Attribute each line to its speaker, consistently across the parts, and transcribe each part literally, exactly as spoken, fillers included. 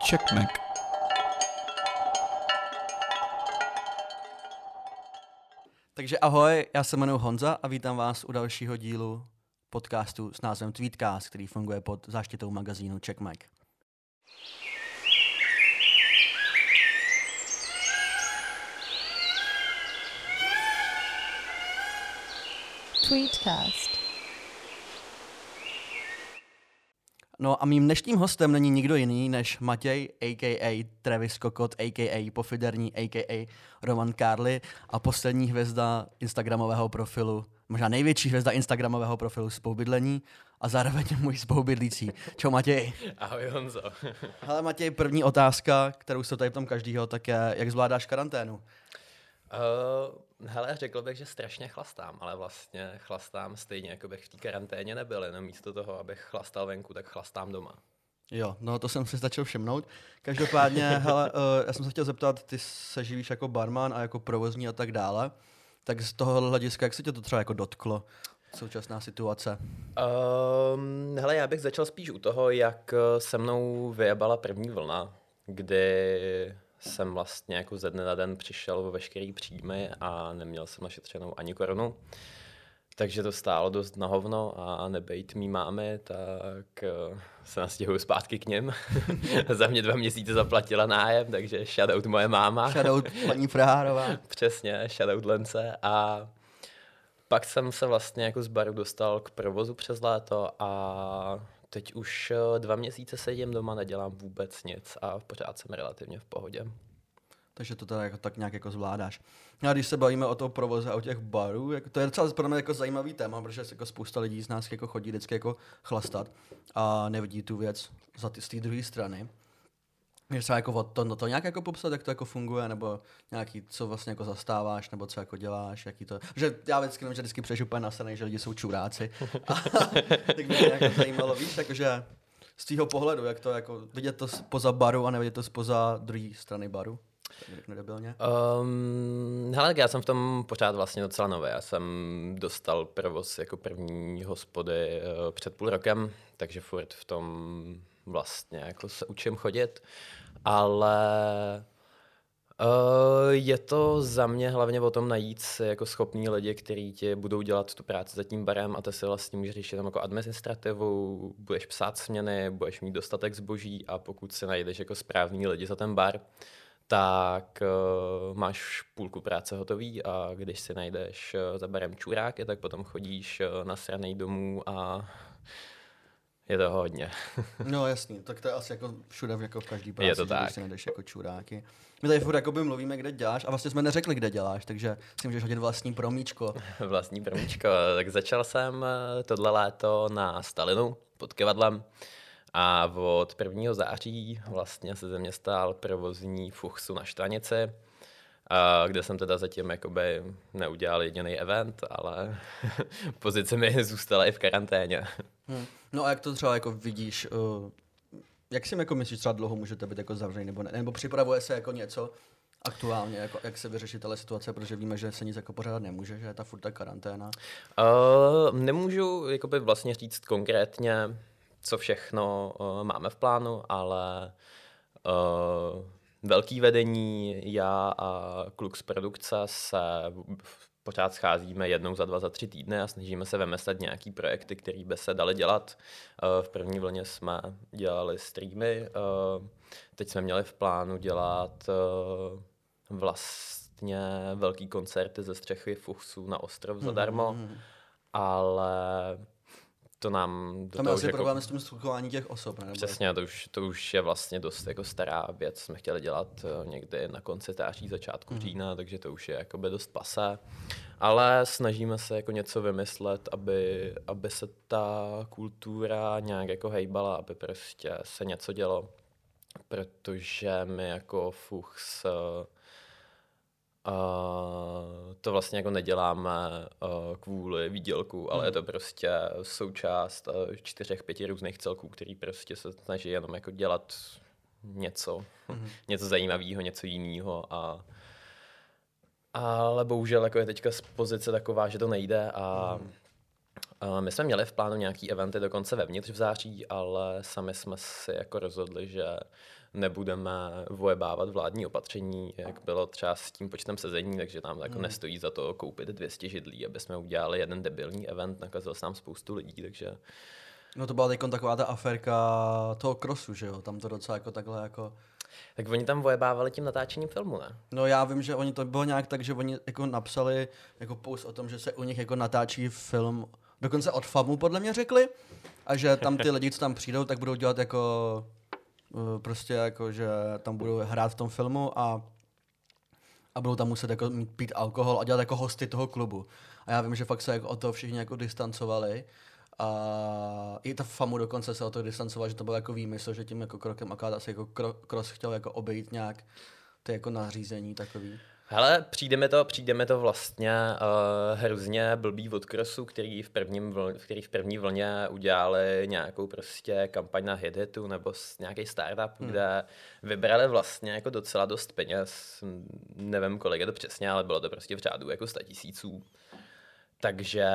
Speaker 1: Checkmack.
Speaker 2: Takže ahoj, já se jmenuji Honza a vítám vás u dalšího dílu podcastu s názvem Tweetcast, který funguje pod záštitou magazínu Checkmack.
Speaker 3: Tweetcast.
Speaker 2: No a mým dnešním hostem není nikdo jiný než Matěj, a k a. Travis Kokot, a k a. Pofiderní, a k a. Roman Carly a poslední hvězda instagramového profilu, možná největší hvězda instagramového profilu Spoubydlení a zároveň můj spoubydlící. Čau Matěj.
Speaker 4: Ahoj Honzo.
Speaker 2: Hele Matěj, první otázka, kterou se tady ptám každýho, tak je, jak zvládáš karanténu?
Speaker 4: Uh, hele, řekl bych, že strašně chlastám, ale vlastně chlastám stejně, jako bych v té karanténě nebyl, jenom místo toho, abych chlastal venku, tak chlastám doma.
Speaker 2: Jo, no to jsem si stačil všimnout. Každopádně, hele, uh, já jsem se chtěl zeptat, ty se živíš jako barman a jako provozní a tak dále, tak z toho hlediska, jak se tě to třeba jako dotklo, současná situace?
Speaker 4: Um, hele, já bych začal spíš u toho, jak se mnou vyjebala první vlna, kdy jsem vlastně jako ze dne na den přišel o veškerý příjmy a neměl jsem našetřenou ani korunu. Takže to stálo dost na hovno a nebejt mý mámy, tak se nastěhuju zpátky k nim. Za mě dva měsíce zaplatila nájem, takže shoutout moje máma.
Speaker 2: Shoutout paní Frahárová.
Speaker 4: Přesně, shoutout Lence. A pak jsem se vlastně jako z baru dostal k provozu přes léto a teď už dva měsíce sedím doma, nedělám vůbec nic a pořád jsem relativně v pohodě.
Speaker 2: Takže to teda jako, tak nějak jako zvládáš. A když se bavíme o toho provoze a o těch barů, jako, to je docela pro mě jako zajímavý téma, protože jako spousta lidí z nás jako chodí vždycky jako chlastat a nevidí tu věc za ty, z té druhé strany. Můžeš třeba jako to, no to nějak jako popsat, jak to jako funguje, nebo nějaký, co vlastně jako zastáváš, nebo co jako děláš, jaký to... Že já vždycky vím, že vždycky přeješ úplně nasanej, že lidi jsou čuráci. A, tak by mě nějak zajímalo, víš, jakože z tvýho pohledu, jak to jako vidět to spoza baru a nevidět to spoza druhé strany baru.
Speaker 4: Um, hele, já jsem v tom pořád vlastně docela nový. Já jsem dostal provoz jako první hospody uh, před půl rokem, takže furt v tom vlastně jako se učím chodit, ale uh, je to za mě hlavně o tom najít si jako schopní lidi, kteří ti budou dělat tu práci za tím barem a ty si vlastně můžeš řešit tam jako administrativu, budeš psát směny, budeš mít dostatek zboží a pokud si najdeš jako správný lidi za ten bar, tak uh, máš půlku práce hotový a když si najdeš uh, za barem čuráky, tak potom chodíš uh, nasranej domů a je to hodně.
Speaker 2: No jasný, tak to je asi jako všude, jako v každý práci,
Speaker 4: je to tak.
Speaker 2: Když si najdeš jako čuráky. My tady furt jakoby mluvíme, kde děláš a vlastně jsme neřekli, kde děláš, takže si můžeš hodit vlastní promíčko.
Speaker 4: Vlastní promíčko, tak začal jsem tohle léto na Stalinu pod Kivadlem. A od prvního září vlastně se ze mě stál provozní Fuchsu na Štvanici, kde jsem teda zatím jakoby neudělal jediný event, ale pozice mi zůstala i v karanténě.
Speaker 2: Hmm. No a jak to třeba jako vidíš, uh, jak si jako myslíš, třeba dlouho můžete být jako zavřený, nebo ne? Nebo připravuje se jako něco aktuálně, jako jak se vyřešit tahle situace, protože víme, že se nic jako pořádat nemůže, že je ta furt ta karanténa?
Speaker 4: Uh, nemůžu jakoby vlastně říct konkrétně, co všechno uh, máme v plánu, ale uh, velký vedení, já a kluk z produkce se pořád scházíme jednou za dva, za tři týdny a snažíme se vymyslet nějaký projekty, které by se daly dělat. Uh, v první vlně jsme dělali streamy, uh, teď jsme měli v plánu dělat uh, vlastně velký koncerty ze střechy Fuchsů na ostrov zadarmo, mm-hmm. ale to nám... Do
Speaker 2: tam
Speaker 4: toho
Speaker 2: je asi
Speaker 4: jako...
Speaker 2: problém s tím schochování těch osob, ne?
Speaker 4: Přesně, to už, to už je vlastně dost jako stará věc. Jsme chtěli dělat někdy na konci září, začátku mm. října, takže to už je jakoby dost pasé. Ale snažíme se jako něco vymyslet, aby, aby se ta kultura nějak jako hejbala, aby prostě se něco dělo. Protože my jako Fuchs Uh, to vlastně jako neděláme uh, kvůli výdělku, ale mm. je to prostě součást uh, čtyřech, pěti různých celků, který prostě se snaží jenom jako dělat něco, mm. něco zajímavého, něco jiného a ale bohužel jako je teďka z pozice taková, že to nejde a mm. uh, my jsme měli v plánu nějaký eventy dokonce vevnitř v září, ale sami jsme si jako rozhodli, že nebudeme vojebávat vládní opatření, jak bylo třeba s tím počtem sezení, takže nám jako hmm. nestojí za to koupit dvě stě židlí, aby jsme udělali jeden debilní event, nakazil se nám spoustu lidí, takže...
Speaker 2: No to byla teď taková ta aférka toho crossu, že jo, tam to docela jako takhle jako...
Speaker 4: Tak oni tam vojebávali tím natáčením filmu, ne?
Speaker 2: No já vím, že oni to bylo nějak tak, že oni jako napsali jako post o tom, že se u nich jako natáčí film, dokonce od FAMu podle mě řekli, a že tam ty lidi, co tam přijdou, tak budou dělat jako prostě jako, že tam budou hrát v tom filmu a, a budou tam muset jako mít, pít alkohol a dělat jako hosty toho klubu. A já vím, že fakt se jako od toho všichni jako distancovali. A i ta FAMu dokonce se o to distancovala, že to byl jako výmysl, že tím jako krokem akorát asi jako Cross chtěl jako obejít nějak ty jako nařízení takový.
Speaker 4: Hele, přijde mi to, přijde mi to vlastně uh, hrozně blbý od Crossu, který v, prvním vl, který v první vlně udělali nějakou prostě kampaň na HitHitu nebo nějaký startup, hmm. kde vybrali vlastně jako docela dost peněz, nevím kolik je to přesně, ale bylo to prostě v řádu jako sta tisíců. Takže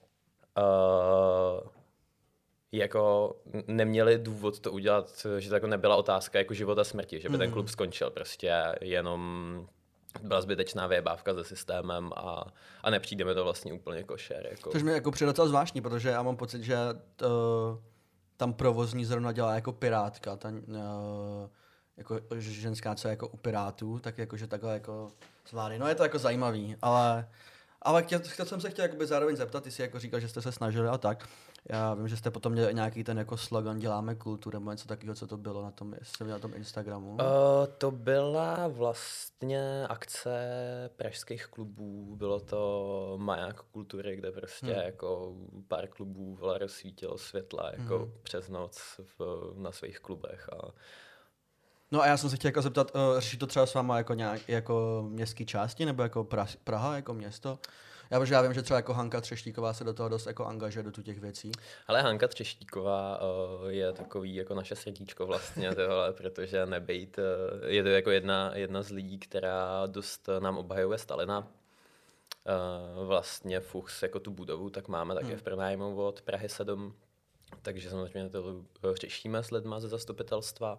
Speaker 4: uh, jako neměli důvod to udělat, že to jako nebyla otázka jako života smrti, že by hmm. ten klub skončil, prostě jenom byla zbytečná vyjebávka se systémem a, a nepřijde mi to vlastně úplně košer. Jako.
Speaker 2: Což mi jako přijde docela zvláštní, protože já mám pocit, že to, tam provozní zrovna dělá jako pirátka, ta, uh, jako ženská, co je jako u pirátů, tak jakože takhle jako zvládne. No je to jako zajímavý, ale, ale chtěl, chtěl jsem se chtěl jakoby zároveň zeptat, ty jsi jako říkal, že jste se snažili a tak. Já vím, že jste potom měli nějaký ten jako slogan děláme kulturu, nebo něco takového, co to bylo na tom, jestli na tom Instagramu.
Speaker 4: Uh, to byla vlastně akce pražských klubů, bylo to maják kultury, kde prostě hmm. jako pár klubů vole rozsvítilo světla jako hmm. přes noc v, na svých klubech. A...
Speaker 2: No a já jsem se chtěl jako zeptat, uh, řeší to třeba s váma jako nějak jako městské části, nebo jako pra- Praha jako město? Já, protože já vím, že třeba jako Hanka Třeštíková se do toho dost jako angažuje do těch věcí.
Speaker 4: Ale Hanka Třeštíková uh, je takový jako naše srdíčko vlastně, tohle, protože nebejt, uh, je to jako jedna, jedna z lidí, která dost nám obhajuje Stalina. Uh, vlastně Fuchs jako tu budovu, tak máme také hmm. v pronájmu od Prahy sedm, takže samozřejmě to řešíme s lidma ze zastupitelstva.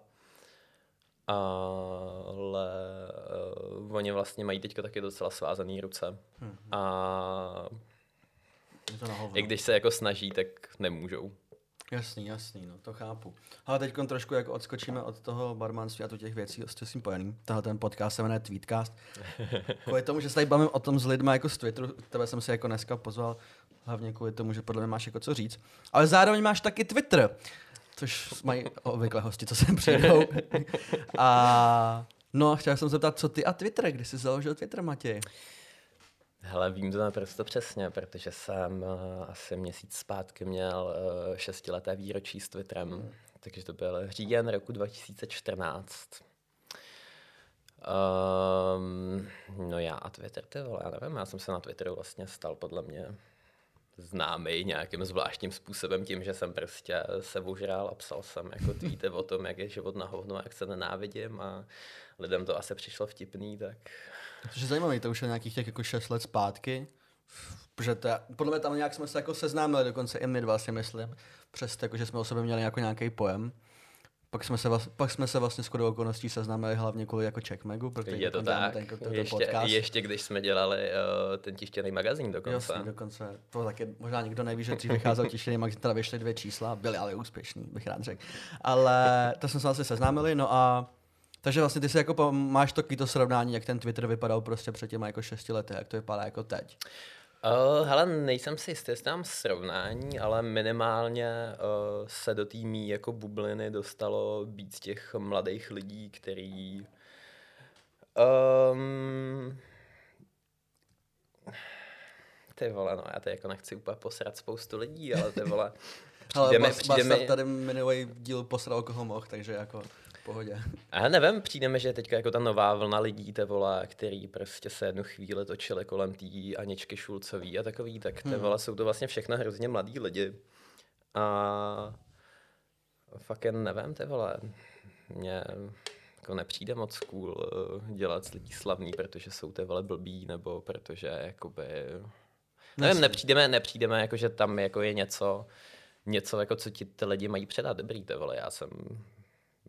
Speaker 4: Ale uh, oni vlastně mají teďka taky docela svázaný ruce. Hmm. A i když se jako snaží, tak nemůžou.
Speaker 2: Jasný, jasný, no to chápu. Ale teď trošku jako odskočíme od toho barmanství a tu těch věcí s tím spojeným. Tahle ten podcast se jmenuje Tweetcast. Kvůli tomu, že se tady bavím o tom s lidmi jako z Twitteru, tebe jsem si jako dneska pozval, hlavně kvůli tomu, že podle mě máš jako co říct. Ale zároveň máš taky Twitter, což mají obvykle hosti, co sem přijdou. A no, chtěl jsem se zeptat, co ty a Twitter, kdy jsi založil Twitter, Matěj?
Speaker 4: Hele, vím to naprosto přesně, protože jsem uh, asi měsíc zpátky měl uh, šestileté výročí s Twitterem, mm. takže to byl říjen roku dva tisíce čtrnáct. Um, no já a Twitter, ty vole, já nevím, já jsem se na Twitteru vlastně stal podle mě známý nějakým zvláštním způsobem tím, že jsem prostě se ožral a psal jsem jako tweety o tom, jak je život na hovno, jak se nenávidím a lidem to asi přišlo vtipný, tak...
Speaker 2: To je zajímavý, to už je nějakých těch jako šest let zpátky, protože to je, podle mě tam nějak jsme se jako seznámili, dokonce i my dva si myslím, přesto jako, že jsme o sobě měli jako nějaký pojem. Pak jsme se, vlast, pak jsme se vlastně shodou okolností seznámili hlavně kvůli jako Checkmagu, protože
Speaker 4: je to tak, ten, ten, ještě, podcast. Ještě když jsme dělali uh, ten tištěný magazín dokonce.
Speaker 2: Jasný, dokonce. To taky možná nikdo neví, že dřív vycházel tištěný magazín, teda vyšly dvě čísla, byly ale úspěšný, bych rád řekl. Ale to jsme se vlastně seznámili, no a takže vlastně ty si jako máš takový srovnání, jak ten Twitter vypadal prostě před těma jako šesti lety, jak to vypadá jako teď.
Speaker 4: Uh, hele, nejsem si jistý, jestli tam srovnání, ale minimálně uh, se do té mý jako bubliny dostalo víc těch mladých lidí, který um, ty vole, no já teď jako nechci úplně posrat spoustu lidí, ale ty vole,
Speaker 2: ale Bas, přijde mi... tady minulý díl posral koho mohl, takže jako v pohodě.
Speaker 4: A nevím, přijde mi, že je teďka jako ta nová vlna lidí, ty vole, který prostě se jednu chvíli točili kolem tý Aničky Šulcový a takový, tak ty hmm. vole, jsou to vlastně všechno hrozně mladí lidi. A fakt jen nevím, ty vole, mně jako nepřijde moc cool dělat z lidí slavný, protože jsou ty vole blbí, nebo protože jakoby... Nevím, nepřijdeme, nepřijdeme, jako, že tam jako je něco, něco jako, co ti ty lidi mají předat. Dobrý, ty vole, já jsem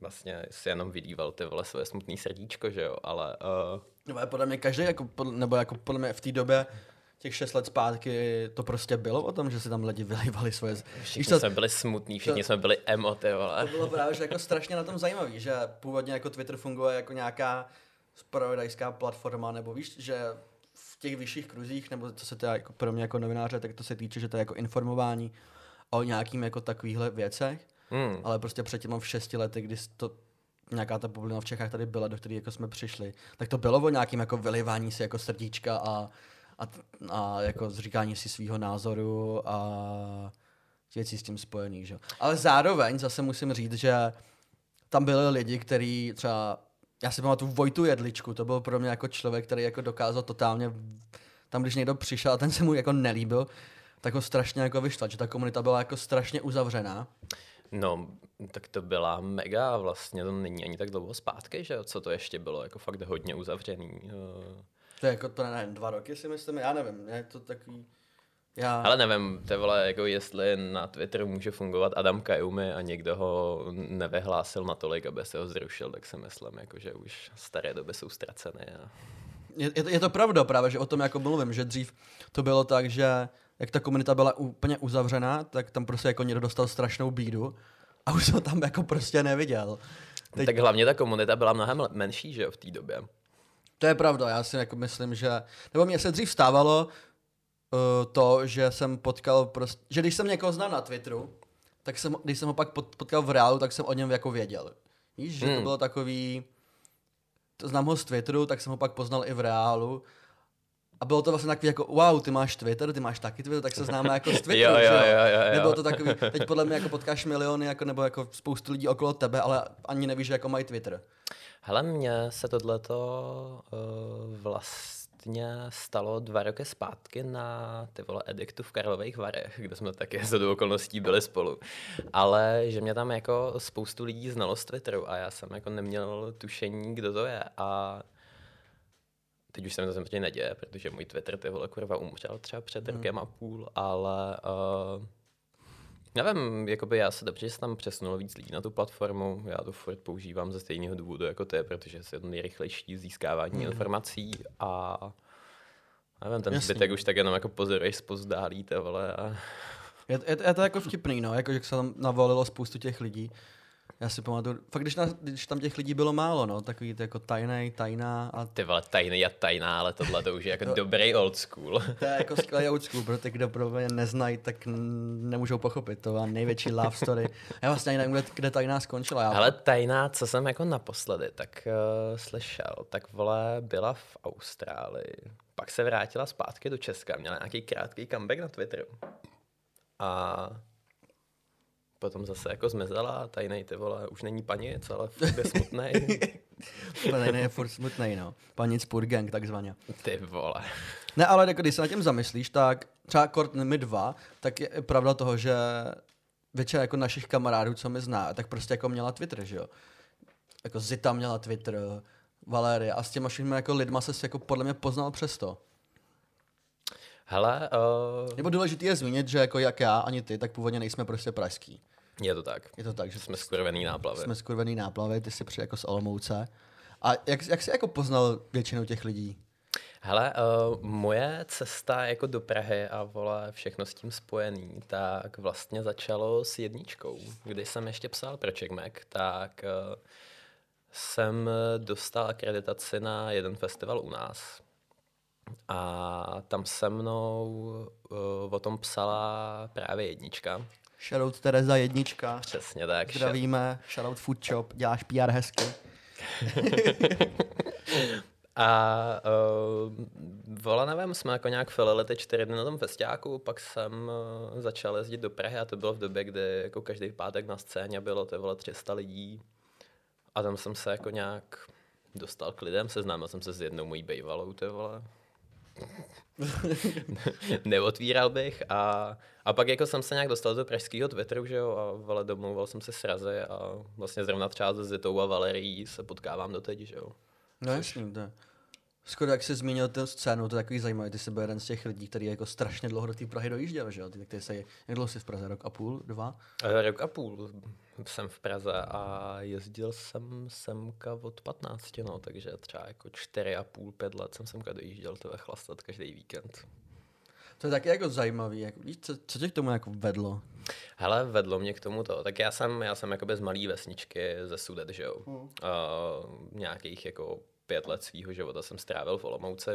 Speaker 4: vlastně si jenom vylíval ty vole své smutný srdíčko, že jo, ale... Uh...
Speaker 2: No, ale podle mě každý, jako, nebo jako podle mě v té době těch šest let zpátky to prostě bylo o tom, že si tam lidi vylívali svoje...
Speaker 4: Všichni co, jsme byli smutní, všichni to, jsme byli emo, ty vole.
Speaker 2: To bylo právě že jako strašně na tom zajímavý, že původně jako Twitter funguje jako nějaká zpravodajská platforma, nebo víš, že v těch vyšších kruzích, nebo co se to jako pro mě jako novináře, tak to se týče, že to je jako informování o nějakým jako takovýchhle věcech, hmm. ale prostě předtím v šesti letech, kdy to nějaká ta bublina v Čechách tady byla, do které jako jsme přišli, tak to bylo o nějakým jako vylivání si jako srdíčka a, a, a jako zříkání si svýho názoru a věcí s tím spojený, že? Ale zároveň zase musím říct, že tam byli lidi, kteří třeba, já si pamatuju Vojtu Jedličku, to byl pro mě jako člověk, který jako dokázal totálně, tam když někdo přišel a ten se mu jako nelíbil, tak ho strašně jako vyštvat, že ta komunita byla jako strašně uzavřená.
Speaker 4: No, tak to byla mega, vlastně to není ani tak dlouho zpátky, že co to ještě bylo, jako fakt hodně uzavřený.
Speaker 2: To je jako, to ne, dva roky si myslím, já nevím, je to takový... Já...
Speaker 4: Ale nevím, to vole, jako jestli na Twitteru může fungovat Adam Kajumi a někdo ho nevyhlásil natolik, aby se ho zrušil, tak si myslím, jako, že už staré doby jsou ztraceny. A...
Speaker 2: Je, je, to, je to pravda právě, že o tom jako mluvím, že dřív to bylo tak, že jak ta komunita byla úplně uzavřená, tak tam prostě jako někdo dostal strašnou bídu a už jsem tam jako prostě neviděl.
Speaker 4: Teď... Tak hlavně ta komunita byla mnohem menší, že jo, v té době.
Speaker 2: To je pravda, já si jako myslím, že... Nebo mně se dřív stávalo uh, to, že jsem potkal prostě... Že když jsem někoho znal na Twitteru, tak jsem, když jsem ho pak potkal v reálu, tak jsem o něm jako věděl. Víš, že hmm. to bylo takový... To znám ho z Twitteru, tak jsem ho pak poznal i v reálu. A bylo to vlastně takový jako, wow, ty máš Twitter, ty máš taky Twitter, tak se známe jako z Twitteru,
Speaker 4: jo, jo,
Speaker 2: že
Speaker 4: jo, jo, jo.
Speaker 2: Nebylo to takový, teď podle mě jako potkáš miliony, jako, nebo jako spoustu lidí okolo tebe, ale ani nevíš, že jako mají Twitter.
Speaker 4: Hele, mně se tohleto uh, vlastně stalo dva roky zpátky na ty vole Ediktu v Karlových Varech, kde jsme taky za do okolností byli spolu. Ale že mě tam jako spoustu lidí znalo z Twitteru a já jsem jako neměl tušení, kdo to je. A teď už se mi to samozřejmě neděje, protože můj Twitter ty vole kurva umřel třeba před hmm. rokem a půl, ale uh, nevím, jakoby já se dobře, že se tam přesunulo víc lidí na tu platformu, já to furt používám ze stejného důvodu jako ty, protože je to nejrychlejší získávání hmm. informací a nevím, ten Jasně. zbytek už tak jenom jako pozoruješ zpozdálí, ty vole. A...
Speaker 2: Je, je, je to jako vtipný, no, jako že se tam navolilo spoustu těch lidí. Já si pamatuju, fakt když, na, když tam těch lidí bylo málo, no, takový to jako tajnej, tajná a...
Speaker 4: Ty vole, tajný a tajná, ale tohle to už je jako to, dobrý old school.
Speaker 2: To je jako skvělý old school, protože kdo pro mě neznají, tak n- nemůžou pochopit, to je největší love story. Já vlastně ani nevím, kde, kde tajná skončila. Já...
Speaker 4: Ale tajná, co jsem jako naposledy tak uh, slyšel, tak vole byla v Austrálii, pak se vrátila zpátky do Česka, měla nějaký krátký comeback na Twitteru. A... potom zase jako zmizela a tajnej, ty vole, už není panic, ale furt je smutnej.
Speaker 2: Tajnej je furt smutnej, no. Panic pur gang, takzvaně.
Speaker 4: Ty vole.
Speaker 2: Ne, ale jako, když se na tím zamyslíš, tak třeba kort my dva, tak je pravda toho, že většina jako našich kamarádů, co mi zná, tak prostě jako měla Twitter, že jo. Jako Zita měla Twitter, Valérie a s těma všemi jako lidma se jako podle mě poznal přesto.
Speaker 4: Hele, uh...
Speaker 2: nebo důležitý je zmínit, že jako jak já, ani ty, tak původně nejsme prostě pražský.
Speaker 4: Je to tak.
Speaker 2: Je to tak, že
Speaker 4: jsme skurvený náplavy.
Speaker 2: Jsme skurvený náplavy, ty jsi přijel jako z Olomouce. A jak, jak jsi jako poznal většinu těch lidí?
Speaker 4: Hele, uh, moje cesta jako do Prahy a vole všechno s tím spojený, tak vlastně začalo s jedničkou. Když jsem ještě psal pro CheckMac, tak uh, jsem dostal akreditaci na jeden festival u nás. A tam se mnou uh, o tom psala právě jednička.
Speaker 2: Shoutout Tereza jednička.
Speaker 4: Přesně tak.
Speaker 2: Zdravíme, shoutout Food Shop, děláš P R hezky.
Speaker 4: A uh, vola, nevím, jsme jako nějak filili ty čtyři dny na tom festiáku, pak jsem uh, začal jezdit do Prahy a to bylo v době, kdy jako každý pátek na scéně bylo ty vole tři sta lidí. A tam jsem se jako nějak dostal k lidem, seznámil jsem se s jednou mojí bejvalou, ty vole. Neotvíral bych a, a pak jako jsem se nějak dostal do pražského Twitteru, že jo, a vole, domlouval jsem se s Razy a vlastně zrovna třeba se Zitou a Valerií se potkávám doteď, že jo.
Speaker 2: No jasný, to Skoro jak jsi zmínil tu scénu, to je takový zajímavý, ty jsi byl jeden z těch lidí, který jako strašně dlouho do té Prahy dojížděl, že jo? Ty, ty jsi, jak dlouho jsi v Praze, rok a půl, dva?
Speaker 4: Rok a půl jsem v Praze a jezdil jsem semka od patnácti, no, takže třeba jako čtyři a půl, pět let jsem semka dojížděl tebe chlastat každý víkend.
Speaker 2: To je taky jako zajímavý, jako, víš, co, co tě k tomu jako vedlo?
Speaker 4: Hele, vedlo mě k tomuto. Tak já jsem, já jsem jakoby z malý vesničky ze Sudet, že jo. Hmm. Uh, nějakých jako pět let svýho života jsem strávil v Olomouci.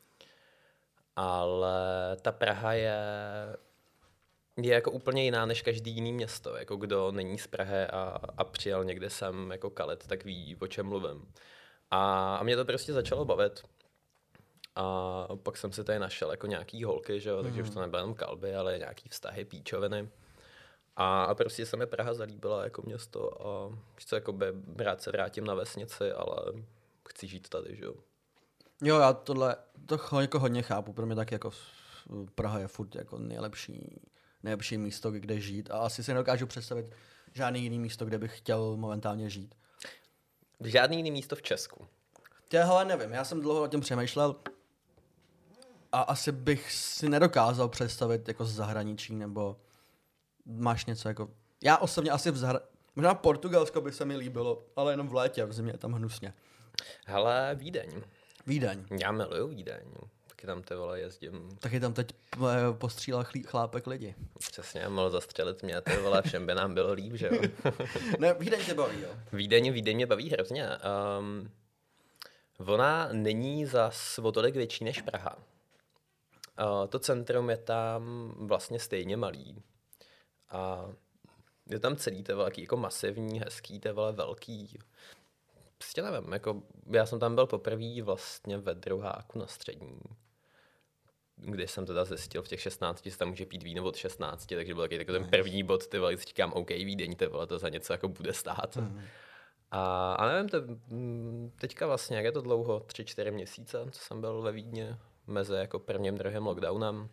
Speaker 4: Ale ta Praha je, je jako úplně jiná než každý jiný město. Jako kdo není z Prahy a, a přijel někde sem jako kalet, tak ví, o čem mluvím. A, a mě to prostě začalo bavit. A pak jsem si tady našel jako nějaký holky, že jo, takže mm. už to nebyly jenom kalby, ale nějaký vztahy, píčoviny. A, a prostě se mi Praha zalíbila jako město a chci jakoby rád se vrátím na vesnici, ale chci žít tady, že jo.
Speaker 2: Jo, já tohle to jako hodně chápu, pro mě tak jako Praha je furt jako nejlepší, nejlepší místo, kde žít a asi si nedokážu představit žádný jiný místo, kde bych chtěl momentálně žít.
Speaker 4: Žádný jiný místo v Česku?
Speaker 2: Já hele nevím, já jsem dlouho o tím přemýšlel a asi bych si nedokázal představit jako z zahraničí, nebo máš něco jako... Já osobně asi v zahraničí, možná Portugalsko by se mi líbilo, ale jenom v létě, v zimě je tam hnusně.
Speaker 4: Hele, Vídeň.
Speaker 2: Vídeň.
Speaker 4: Já miluju Vídeň. Taky tam ty vole jezdím.
Speaker 2: Taky tam teď postřílel chlápek lidi.
Speaker 4: Přesně, mohl zastřelit mě, ty vole, všem by nám bylo líp, že jo.
Speaker 2: Ne, Vídeň tě baví, jo?
Speaker 4: Vídeň, Vídeň mě baví hrozně. Um, ona není zas o tolik větší než Praha. Uh, to centrum je tam vlastně stejně malý. A je tam celý, to je jako masivní, hezký, to je velký. Prostě nevím, jako já jsem tam byl poprvé vlastně ve druháku na střední, kdy jsem teda zjistil v těch šestnácti, že tam může pít víno od šestnácti, takže byl taky takový ten první bod, ty vole, říkám, OK, Vídeň, ty vole, to za něco jako bude stát. Mm. A, a nevím, to, teďka vlastně, jak je to dlouho, tři, čtyři měsíce, co jsem byl ve Vídni, mezi jako prvním, druhým lockdownem.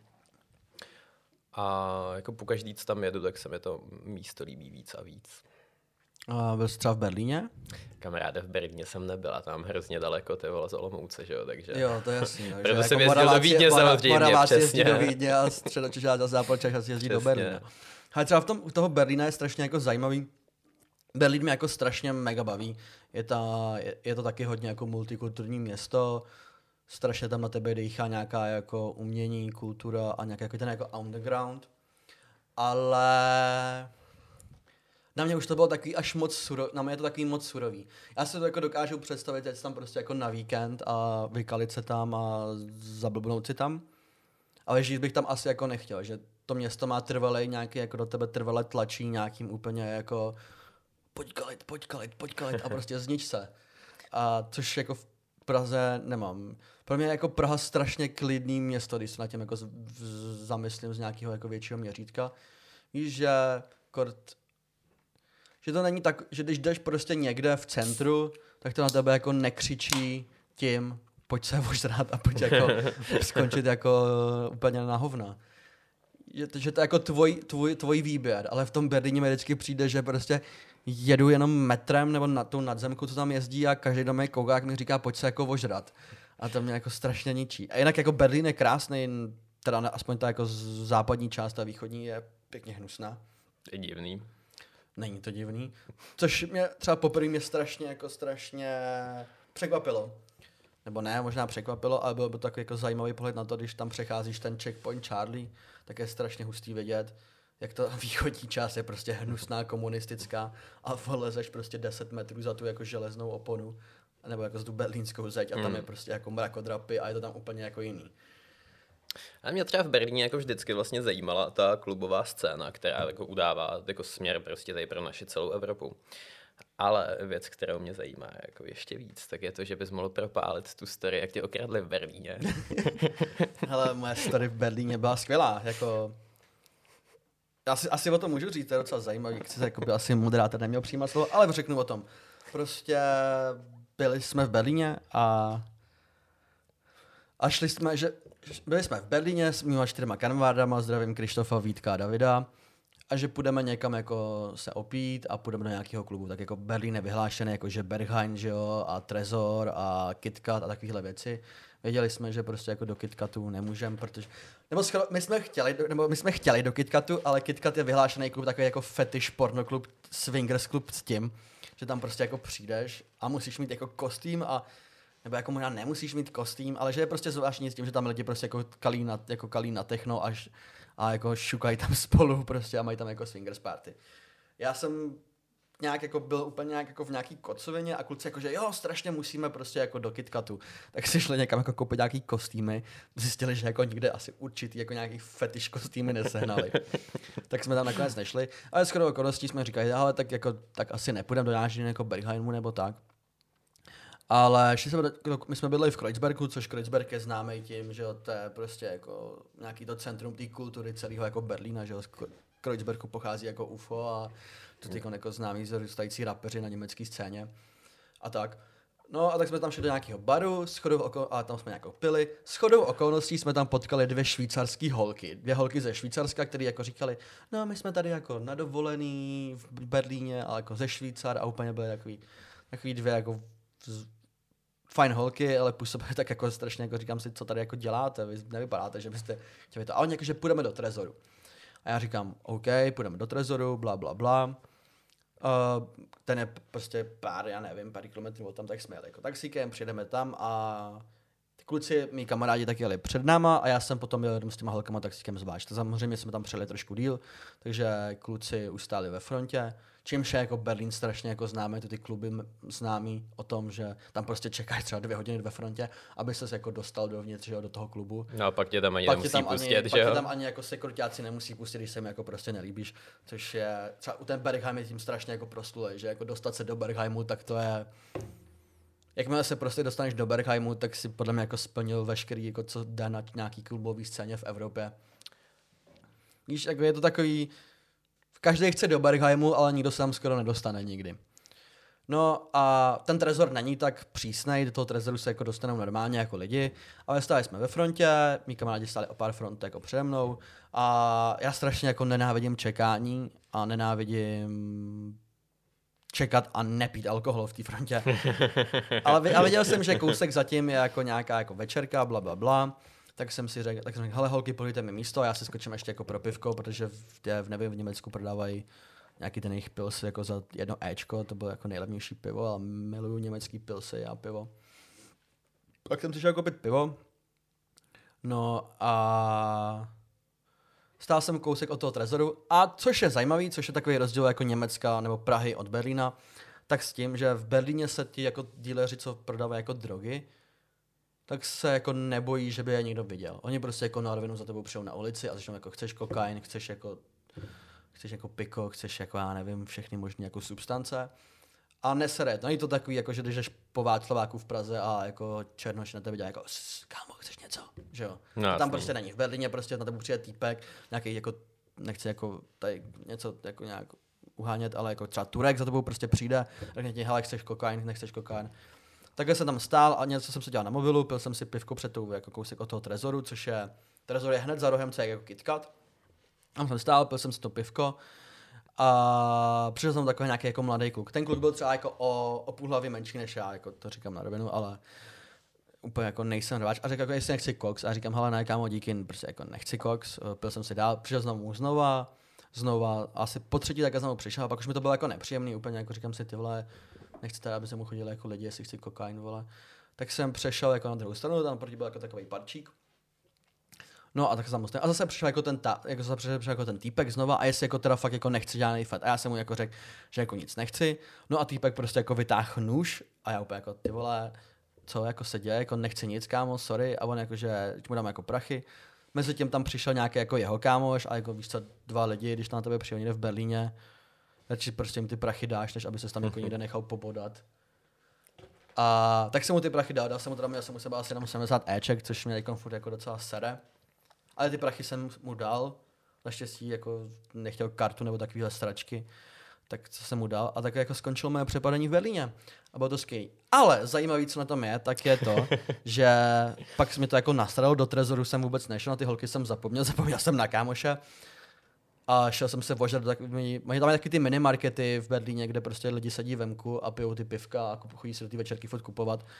Speaker 4: A jako pokaždý, co tam jedu, tak se mi to místo líbí víc a víc.
Speaker 2: A byl jsi třeba v Berlíně?
Speaker 4: Kamaráde, v Berlíně jsem nebyla, tam hrozně daleko, ty vole, z Olomouce, že jo, takže...
Speaker 2: Jo, to je jasný. No,
Speaker 4: proto jsem jako jezdil do Vídně samozřejmě,
Speaker 2: Moraváci
Speaker 4: přesně.
Speaker 2: jezdí do Vídně a Středočešák a Západčech asi jezdí do Berlína. Ale třeba v tom, u toho Berlína je strašně jako zajímavý. Berlín mě jako strašně mega baví. Je, ta, je, je to taky hodně jako multikulturní město. Strašně tam na tebe dýchá nějaká jako umění, kultura a nějaký jako ten jako underground. Ale na mě už to bylo takový až moc surový, na mě je to takový moc surový. Já si to jako dokážu představit, že tam prostě jako na víkend a vykalit se tam a zablbnout si tam. Ale žít bych tam asi jako nechtěl, že to město má trvalej nějaký, jako do tebe trvale tlačí nějakým úplně jako pojď kalit, pojď kalit, pojď kalit a prostě znič se. A což jako v Praze nemám. Pro mě je jako Praha strašně klidný město, když se na tím jako z, z, zamyslím z nějakého jako většího měřítka. Víš, že kort, že to není tak, že když jdeš prostě někde v centru, tak to na tebe jako nekřičí tím, pojď se ožrát a pojď jako skončit jako úplně na hovna. Že, že to je jako tvoj, tvoj, tvoj výběr, ale v tom Berlíně mi vždycky přijde, že prostě jedu jenom metrem nebo na tou nadzemku, co tam jezdí a každý do mě kouká, jak mi říká, pojď se jako ožrat. A to mě jako strašně ničí. A jinak jako Berlín je krásný, teda aspoň ta jako západní část, ta východní je pěkně hnusná.
Speaker 4: Je divný.
Speaker 2: Není to divný. Což mě třeba poprvé mě strašně jako strašně překvapilo. Nebo ne, možná překvapilo, ale byl by to takový jako zajímavý pohled na to, když tam přecházíš ten checkpoint Charlie, tak je strašně hustý vidět, jak ta východní část je prostě hnusná, komunistická a vlezeš prostě deset metrů za tu jako železnou oponu, nebo jako z tu berlínskou zeď a tam mm. je prostě jako mrakodrapy a je to tam úplně jako jiný.
Speaker 4: A mě třeba v Berlíně jako vždycky vlastně zajímala ta klubová scéna, která jako udává jako směr prostě tady pro naši celou Evropu. Ale věc, kterou mě zajímá jako ještě víc, tak je to, že bys mohl propálit tu story, jak tě okradli v Berlíně.
Speaker 2: Hele, moje story v Berlíně byla skvělá, jako... Asi, asi o tom můžu říct, to je docela zajímavý, chci se, jako by asi moderátor neměl přijímat slovo, ale řeknu o tom. Prostě byli jsme v Berlíně a, a šli jsme, že byli jsme v Berlíně s mýma čtyřma kamarádama, zdravím Krištofa, Vítka a Davida, a že půjdeme někam jako se opít a půjdeme do nějakého klubu. Tak jako Berlín je vyhlášený, jako že Berghain, že jo, a Trezor a KitKat a takovéhle věci. Věděli jsme, že prostě jako do KitKatu nemůžeme, protože... Nebo skoro, my jsme chtěli, nebo my jsme chtěli do KitKatu, ale KitKat je vyhlášený klub, takový jako fetish pornoklub, swingers klub s tím, že tam prostě jako přijdeš a musíš mít jako kostým a nebo jako možná nemusíš mít kostým, ale že je prostě zvláštní s tím, že tam lidi prostě jako kalí na, jako kalí na techno až, a jako šukají tam spolu prostě a mají tam jako swingers party. Já jsem nějak jako byl úplně nějak jako v nějaký kocovině a kluci jako, že jo, strašně musíme prostě jako do KitKatu. Tak si šli někam jako koupit nějaký kostýmy, zjistili, že jako nikde asi určitý jako nějaký fetiš kostýmy nesehnali. Tak jsme tam nakonec nešli, ale shodou okolností jsme říkali, ale tak jako tak asi nepůjdeme do nějakého jako Bergheimu nebo tak. Ale šli jsme, my jsme bydleli v Kreuzbergu, což Kreuzberg je známý tím, že to je prostě jako nějaký to centrum té kultury celého jako Berlína, že z Kreuzbergu pochází jako U F O a to teď jako známí zarůstající rapeři na německé scéně a tak. No a tak jsme tam šli do nějakého baru, shodou okol- a tam jsme nějakou pili. Shodou okolností jsme tam potkali dvě švýcarské holky. Dvě holky ze Švýcarska, které jako říkali, no my jsme tady jako na dovolený v Berlíně, ale jako ze Švýcar a úplně byly takový, takový dvě jako z, fajn holky, ale působily tak jako strašně, jako říkám si, co tady jako děláte, vy nevypadáte, že byste chtěli to. A oni jako, že půjdeme do Trezoru. A já říkám, OK, půjdeme do Trezoru, bla, bla, bla. Uh, ten je prostě pár, já nevím, pár kilometrů od tam, tak jsme jeli jako taxíkem, přijedeme tam a ty kluci, mý kamarádi tak jeli před náma a já jsem potom jel s těma holkama taxíkem zvlášť. Samozřejmě jsme tam přijeli trošku díl, takže kluci ustáli ve frontě, čímž je jako Berlín strašně jako známé, to ty kluby známí o tom, že tam prostě čekáš třeba dvě hodiny ve frontě, aby ses jako dostal dovnitř, že jo, do toho klubu.
Speaker 4: No a pak tě tam ani
Speaker 2: pak
Speaker 4: nemusí
Speaker 2: tam
Speaker 4: pustit,
Speaker 2: ani,
Speaker 4: že jo?
Speaker 2: Pak tě tam ani jako sekuritáci nemusí pustit, když se mi jako prostě nelíbíš, což je, třeba u ten Bergheim je tím strašně jako proslulej, že jako dostat se do Bergheimu, tak to je, jakmile se prostě dostaneš do Bergheimu, tak si podle mě jako splnil veškerý, jako co jde na nějaký klubový scéně v Evropě. Víš, jako je to takový, každý chce do Bergheimu, ale nikdo se tam skoro nedostane nikdy. No a ten Trezor není tak přísnej, do toho Trezoru se jako dostanou normálně jako lidi, ale stáli jsme ve frontě, mý kamarádi stáli o pár front jako přede mnou a já strašně jako nenávidím čekání a nenávidím čekat a nepít alkohol v té frontě. Ale a viděl jsem, že kousek zatím je jako nějaká jako večerka, bla, bla, bla. Tak jsem si řekl, tak jsem řekl, hele holky, pojďte mi místo a já si skočím ještě jako pro pivko, protože v, v, nevím, v Německu prodávají nějaký ten jejich pils jako za jedno éčko, to bylo jako nejlevnější pivo, ale miluju německý pilsy a pivo. Pak jsem si šel koupit pivo, no a stál jsem kousek od toho Trezoru a což je zajímavý, což je takový rozdíl jako Německa nebo Prahy od Berlína, tak s tím, že v Berlíně se ti jako díleři, co prodávají jako drogy, tak se jako nebojí, že by je někdo viděl. Oni prostě jako na rovinu za tebou přijou na ulici a začnou jako chceš kokain, chceš jako chceš jako piko, chceš jako já nevím, všechny možné jako substance. A nesere to. Není to takový, jako že když jdeš po Václaváku v Praze a jako černoši na tebe dělá jako kámo, chceš něco, že jo.
Speaker 4: No,
Speaker 2: tam prostě není. V Berlíně prostě na tebe přijde týpek, nějaký jako, nechci jako tady něco jako nějak uhánět, ale jako třeba Turek za tebou prostě přijde, řekne ti, hele, chceš kokain, nechceš kokain. Takhle jsem tam stál a něco jsem se dělal na mobilu, pil jsem si pivko před tou jako kousek od toho Trezoru, což je, Trezor je hned za rohem, co je jako KitKat. Tam jsem stál, pil jsem si to pivko a přišel jsem takový nějaký jako mladý kluk. Ten kluk byl třeba jako o, o půl hlavy menší než já, jako to říkám na rovinu, ale úplně jako nejsem rváč. A řekl jako, jestli nechci koks. A říkám, hele, ne, kámo, díky, prostě jako nechci koks. Pil jsem si dál, přišel znovu znova, znova, asi po třetí takhle znovu přišel, a pak už mi to bylo jako nepříjemný, úplně jako říkám si, ty vole, nechci teda, aby se mu chodili jako lidi, jestli chci kokain, vole. Tak jsem přešel jako na druhou stranu, tam proti byl jako takový parčík. No a tak jsem a zase přišel jako ten ta, jako zase přišel jako ten týpek znova a jestli jako teda fakt jako nechci žádný fet. A já jsem mu jako řekl, že jako nic nechci. No a týpek prostě jako vytáhl nůž a já úplně jako ty vole, co jako se děje, jako nechci nic, kámo, sorry. A on jako, že mu dám jako prachy. Mezi tím tam přišel nějaký jako jeho kámoš a jako víš co, dva lidi, když tam na tebe přijel někde v Berlíně, radši prostě jim ty prachy dáš, než aby se tam jako někde nechal pobodat. A tak jsem mu ty prachy dal, dal jsem mu teda, měl jsem u sebe asi jenom sedmdesát éček, což mě jako furt jako docela sere. Ale ty prachy jsem mu dal, naštěstí jako nechtěl kartu nebo takovýhle stračky, tak co jsem mu dal a tak jako skončilo moje přepadení v Berlíně a bylo to skvělý. Ale zajímavý, co na tom je, tak je to, že pak mi to jako nastralo, do Trezoru jsem vůbec nešel, na ty holky jsem zapomněl, zapomněl jsem na kámoše a šel jsem se vožrat do takový, mají tam taky ty minimarkety v Berlíně, kde prostě lidi sedí venku a pijou ty pivka a chodí si do ty večerky furt kupovat.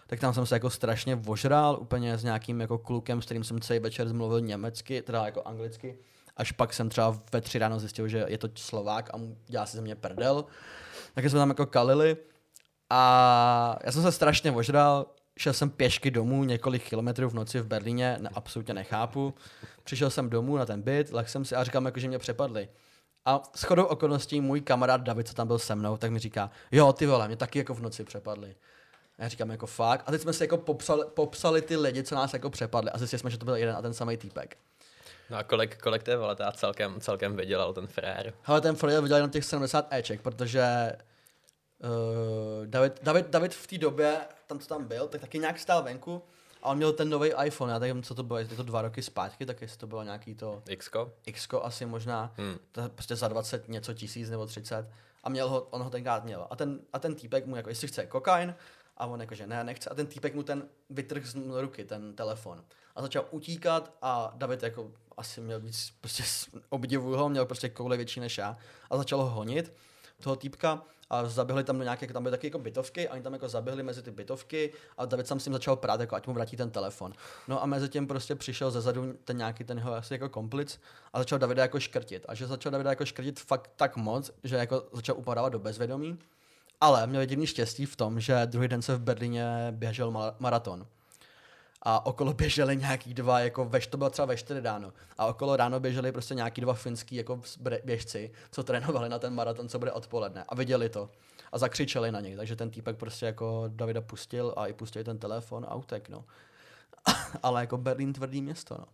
Speaker 2: tak tam jsem se jako strašně vožral, úplně s nějakým jako klukem, s kterým jsem celý večer mluvil německy, teda jako anglicky, až pak jsem třeba ve tři ráno zjistil, že je to Slovák a dělá si ze mě prdel. Takže jsme tam jako kalili a já jsem se strašně vožral, šel jsem pěšky domů několik kilometrů v noci v Berlíně, ne, absolutně nechápu. Přišel jsem domů na ten byt, leh jsem si a říkám, jako, že mě přepadli. A shodou okolností můj kamarád David, co tam byl se mnou, tak mi říká, jo, ty vole, mě taky jako v noci přepadli. A já říkám jako fakt. A teď jsme si jako popsali, popsali ty lidi, co nás jako přepadli. A zjistili jsme, že to byl jeden a ten samý týpek.
Speaker 4: No a kolik, kolik té veletá celkem, celkem vydělal ten frér?
Speaker 2: Hele, ten frér vydělal jenom těch sedmdesát éček, protože uh, David, David, David v té době, tam co tam byl, tak taky nějak stál venku a on měl ten nový iPhone. Já tak nevím, co to bylo, je to dva roky zpátky, tak jestli to bylo nějaký to...
Speaker 4: Xko?
Speaker 2: Xko asi možná, hmm. to prostě za dvacet něco tisíc nebo třicet. A měl ho, on ho tenkrát měl. A ten, a ten týpek mu jako, jestli chce kokain, a on jakože ne, nechce. A ten týpek mu ten vytrh z ruky, ten telefon. A začal utíkat a David jako asi měl víc, prostě obdivuju ho, měl prostě koule větší než já. A začal ho honit, toho týpka, a zaběhli tam do nějaké, tam byly taky jako bytovky, a oni tam jako zaběhli mezi ty bytovky a David sam s tím začal prát, jako ať mu vrátí ten telefon. No a mezi tím prostě přišel zezadu ten nějaký ten jeho asi jako komplic a začal Davida jako škrtit. A že začal Davida jako škrtit fakt tak moc, že jako začal upadávat do bezvědomí. Ale měl jediný štěstí v tom, že druhý den se v Berlíně běžel maraton. A okolo běželi nějaký dva, jako veš, to bylo třeba ve čtyři ráno. A okolo ráno běželi prostě nějaký dva finský jako běžci, co trénovali na ten maraton, co bude odpoledne. A viděli to. A zakřičeli na něj. Takže ten týpek prostě jako Davida pustil a i pustil ten telefon a utek, no. Ale jako Berlín tvrdý město, no.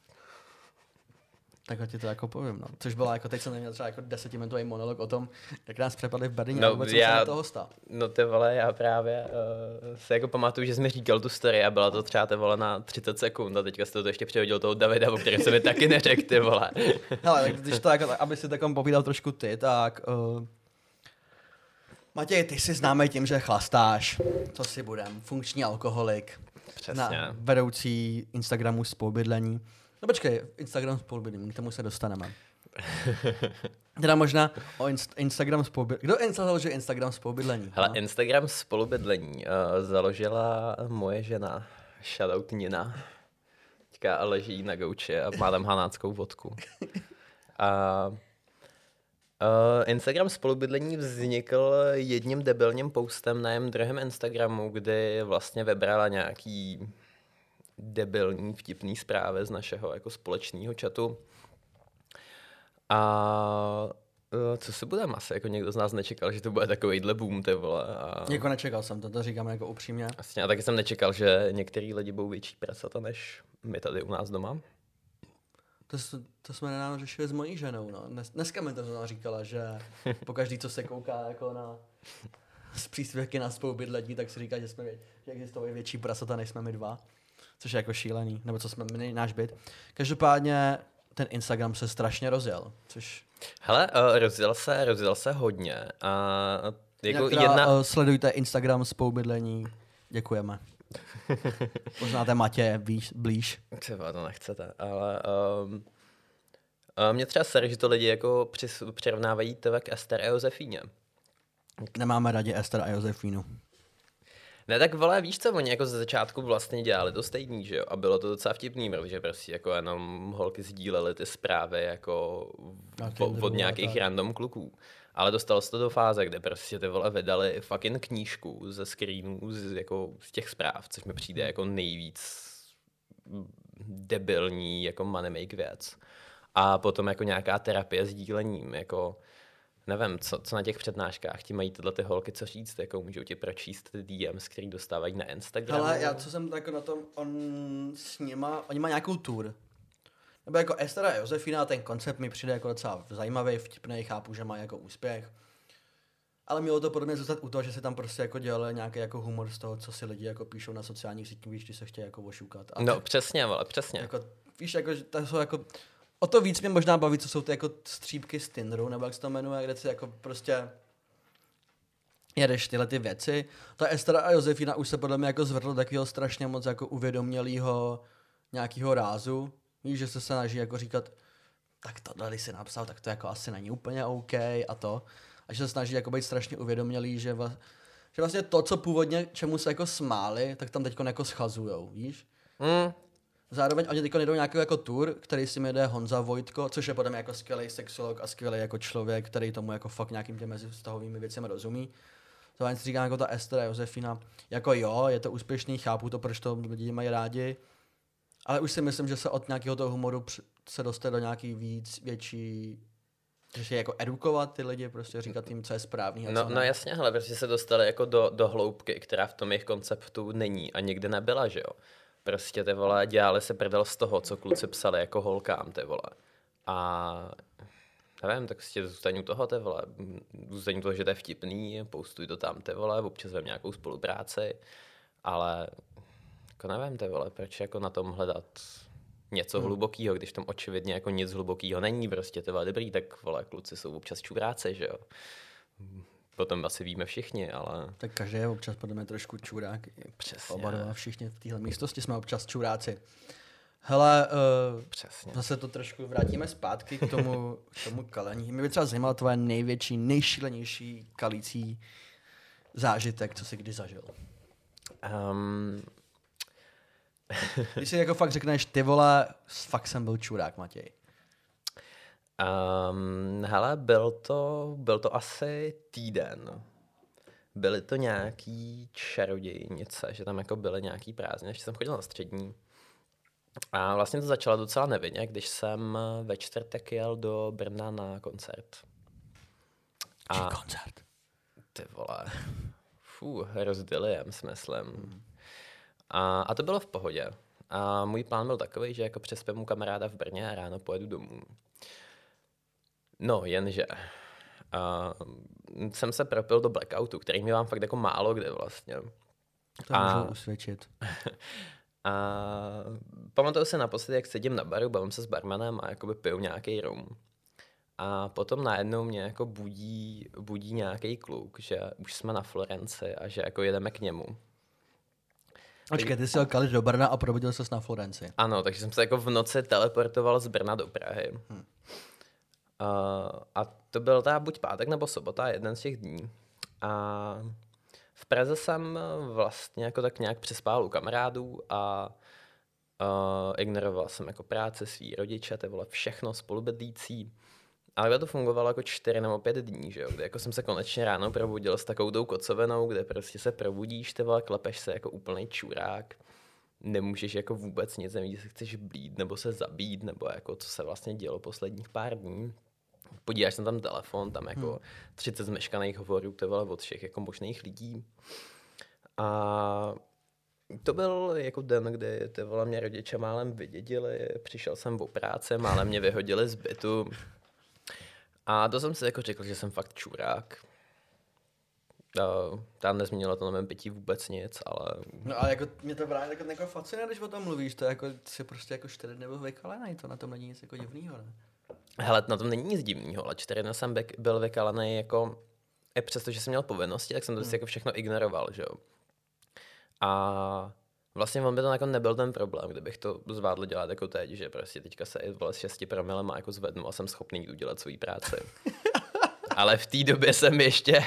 Speaker 2: Tak ti to jako povím, no. Což byla jako, teď jsem neměl třeba jako desetiminutový monolog o tom, jak nás přepadli v Berlíně
Speaker 4: no,
Speaker 2: a vůbec
Speaker 4: já,
Speaker 2: jsem se toho stál.
Speaker 4: No ty vole, já právě uh, se jako pamatuju, že jsi mi říkal tu story a byla to třeba ty vole na třicet sekund a teďka jsi to ještě přehodil toho Davida, o kterém se mi taky neřekl, ty vole.
Speaker 2: Hele, tak když to jako, aby si takom povídal trošku ty, tak... Uh, Matěj, ty si známý tím, že chlastáš, co si budem, funkční alkoholik.
Speaker 4: Přesně.
Speaker 2: Na vedoucí Instagramu spolubydlení. No počkej, Instagram spolubydlení, k tomu se dostaneme. Teda možná o inst- Instagram spolubydlení. Kdo insta založil Instagram spolubydlení?
Speaker 4: Hele,
Speaker 2: no?
Speaker 4: Instagram spolubydlení uh, založila moje žena, shoutout Nina. Teďka leží na gauči a má tam hanáckou vodku. A uh, Instagram spolubydlení vznikl jedním debilním postem na jejím druhém Instagramu, kdy vlastně vybrala nějaký debilní vtipný zprávy z našeho jako společného chatu. A uh, co si budeme asi, jako někdo z nás nečekal, že to bude takovejhle boom, ty vole. A...
Speaker 2: Jako nečekal jsem to, to říkám jako upřímně.
Speaker 4: Vlastně, a taky jsem nečekal, že některý lidi budou větší prasata, než my tady u nás doma.
Speaker 2: To, to jsme nedávno řešili s mojí ženou, no. Dnes, dneska mi to zrovna říkala, že pokaždý, co se kouká jako na z příspěvky na spolubydlení, tak si říká, že jsme že existují větší prasata, než jsme my dva. Což je jako šílený, nebo co jsme my, náš byt. Každopádně ten Instagram se strašně rozjel, což...
Speaker 4: Hele, uh, rozjel se, rozjel se hodně. A jako
Speaker 2: teda,
Speaker 4: jedna...
Speaker 2: uh, sledujte Instagram spolubydlení, děkujeme. Poznáte Matěje víš, blíž.
Speaker 4: Třeba to nechcete, ale... Um, uh, mě třeba sere, že to lidi jako přis, přirovnávají tebe k Ester a Josefíně.
Speaker 2: Nemáme rádi Ester a Josefínu.
Speaker 4: Ne, tak vole, víš co, oni jako ze začátku vlastně dělali to stejný, že jo, a bylo to docela vtipný, protože prostě jako jenom holky sdílely ty zprávy jako v, od nějakých random kluků. Ale dostalo se to do fáze, kde prostě ty vole vydali fucking knížku ze screenů z, jako z těch zpráv, což mi přijde jako nejvíc debilní jako money-make věc. A potom jako nějaká terapie s dílením, jako nevím, co, co na těch přednáškách ti mají tyhle ty holky co říct, jako můžou ti pročíst ty D Ms, který dostávají na Instagramu.
Speaker 2: Ale já co jsem jako na tom, on s nima, oni mají nějakou tour. Nebo jako Ester a Josefína, ten koncept mi přijde jako docela zajímavý, vtipný, chápu, že má jako úspěch. Ale mělo to podle mě zůstat u toho, že se tam prostě jako dělali nějaký jako humor z toho, co si lidi jako píšou na sociálních sítích, víš, když se chtějí jako ošukat. A
Speaker 4: no
Speaker 2: ty,
Speaker 4: přesně, vole, přesně.
Speaker 2: Jako, víš, jako, že to jsou jako... O to víc mě možná baví, co jsou ty jako střípky z Tinderu, nebo jak se to jmenuje, kde si jako prostě jedeš tyhle ty věci. Ta Ester a Josefína už se podle mě jako zvrtlo takového strašně moc jako uvědomělýho nějakého rázu. Víš, že se snaží jako říkat, tak tohle, když si napsal, tak to jako asi není úplně OK a to. A že se snaží jako být strašně uvědomělý, že, va, že vlastně to, co původně čemu se jako smáli, tak tam teďko jako schazujou, víš?
Speaker 4: Mm.
Speaker 2: Zároveň oni teďko jdou nějaký jako tour, který si jmenuje Honza Vojtko, což je podle mě jako skvělý sexolog a skvělý jako člověk, který tomu jako fakt nějakým těm mezivztahovými věcmi rozumí. Zároveň si říkám jako ta Ester Josefina, jako jo, je to úspěšný, chápu to, proč to lidi mají rádi, ale už si myslím, že se od nějakého toho humoru se dostane do nějaký víc, větší, že je jako edukovat ty lidi, prostě říkat jim, co je správný. A
Speaker 4: no,
Speaker 2: co ne.
Speaker 4: no jasně, hele, prostě se dostali jako do, do hloubky, která v tom jejich konceptu není a nikdy nebyla, že jo. Prostě ty vole, dělali se prdel z toho, co kluci psali jako holkám, ty vole. A nevím, tak prostě zůstaň u toho, ty vole. Zůstaň u toho, že to je vtipný, postuj to tam, ty vole, občas vem nějakou spolupráci, ale jako nevím, ty vole, proč jako na tom hledat něco hmm. hlubokýho, když tam očividně jako nic hlubokýho není, prostě ty vole, dobrý, tak vole, kluci jsou občas čuráci, že jo. Potom asi víme všichni, ale...
Speaker 2: Tak každý je občas podle mě trošku čurák.
Speaker 4: Přesně.
Speaker 2: Oba dva všichni v téhle místnosti jsme občas čuráci. Hele, uh,
Speaker 4: Přesně.
Speaker 2: Zase to trošku vrátíme zpátky k tomu, k tomu kalení. Mě by třeba zajímalo tvoje největší, nejšílenější kalící zážitek, co jsi kdy zažil.
Speaker 4: Um...
Speaker 2: Když si jako fakt řekneš, ty vole, fakt jsem byl čurák, Matěj.
Speaker 4: Um, hele, byl to, byl to asi týden. Byly to nějaký čarodějnice, že tam jako byly nějaký prázdniny, ještě jsem chodil na střední. A vlastně to začalo docela nevinně, když jsem ve čtvrtek jel do Brna na koncert.
Speaker 2: A Čí koncert?
Speaker 4: Ty vole, fů, rozdyliem, myslím. Hmm. A, a to bylo v pohodě. A můj plán byl takový, že jako přespím u kamaráda v Brně a ráno pojedu domů. No, jenže uh, jsem se propil do blackoutu, který mi vám fakt jako málo kde vlastně.
Speaker 2: To a... můžu usvědčit.
Speaker 4: A pamatuju se naposledy, jak sedím na baru, bavím se s barmanem a jakoby piju nějaký rum. A potom najednou mě jako budí, budí nějaký kluk, že už jsme na Florenci a že jako jedeme k němu.
Speaker 2: Počkej, ty jsi jel kalit do Brna a probudil ses na Florenci.
Speaker 4: Ano, takže jsem se jako v noci teleportoval z Brna do Prahy. Hmm. Uh, a to byl ta buď pátek nebo sobota, jeden z těch dní. A v Praze jsem vlastně jako tak nějak přespál u kamarádů a uh, ignoroval jsem jako práce, svý rodiče, ty vole, všechno spolubydlící. Ale to fungovalo jako čtyři nebo pět dní, že jo, kde jako jsem se konečně ráno probudil s takovou tou kocovinou, kde prostě se probudíš, ty vole, klepeš se jako úplný čurák, nemůžeš jako vůbec nic, nevíš, jestli chceš blít nebo se zabít, nebo jako co se vlastně dělo posledních pár dní. Podíváš na tam telefon, tam jako hmm. třicet zmeškaných hovorů, ty vole, od všech jako možných lidí. A to byl jako den, kdy ty vole mě rodiče málem vydědili, přišel jsem o práci, málem mě vyhodili z bytu. A to jsem si jako řekl, že jsem fakt čurák. Uh, tam nezměnilo to na mém pití vůbec nic, ale...
Speaker 2: No ale jako mě to právě jako, jako fascinuje, když o tom mluvíš, to je jako, si prostě jako čtyři dny byl vykalený, to na tom není nic jako divnýho, ne?
Speaker 4: Hele, na tom není nic divnýho, ale čtyři dny jsem byl vykalený jako... I přesto, že jsem měl povinnosti, tak jsem to hmm. jako všechno ignoroval, že jo. A vlastně on by to jako nebyl ten problém, kdybych to zvládl dělat jako teď, že prostě teďka se i vole s šesti promilema jako zvednu a jsem schopný udělat svou práci. Ale v té době jsem ještě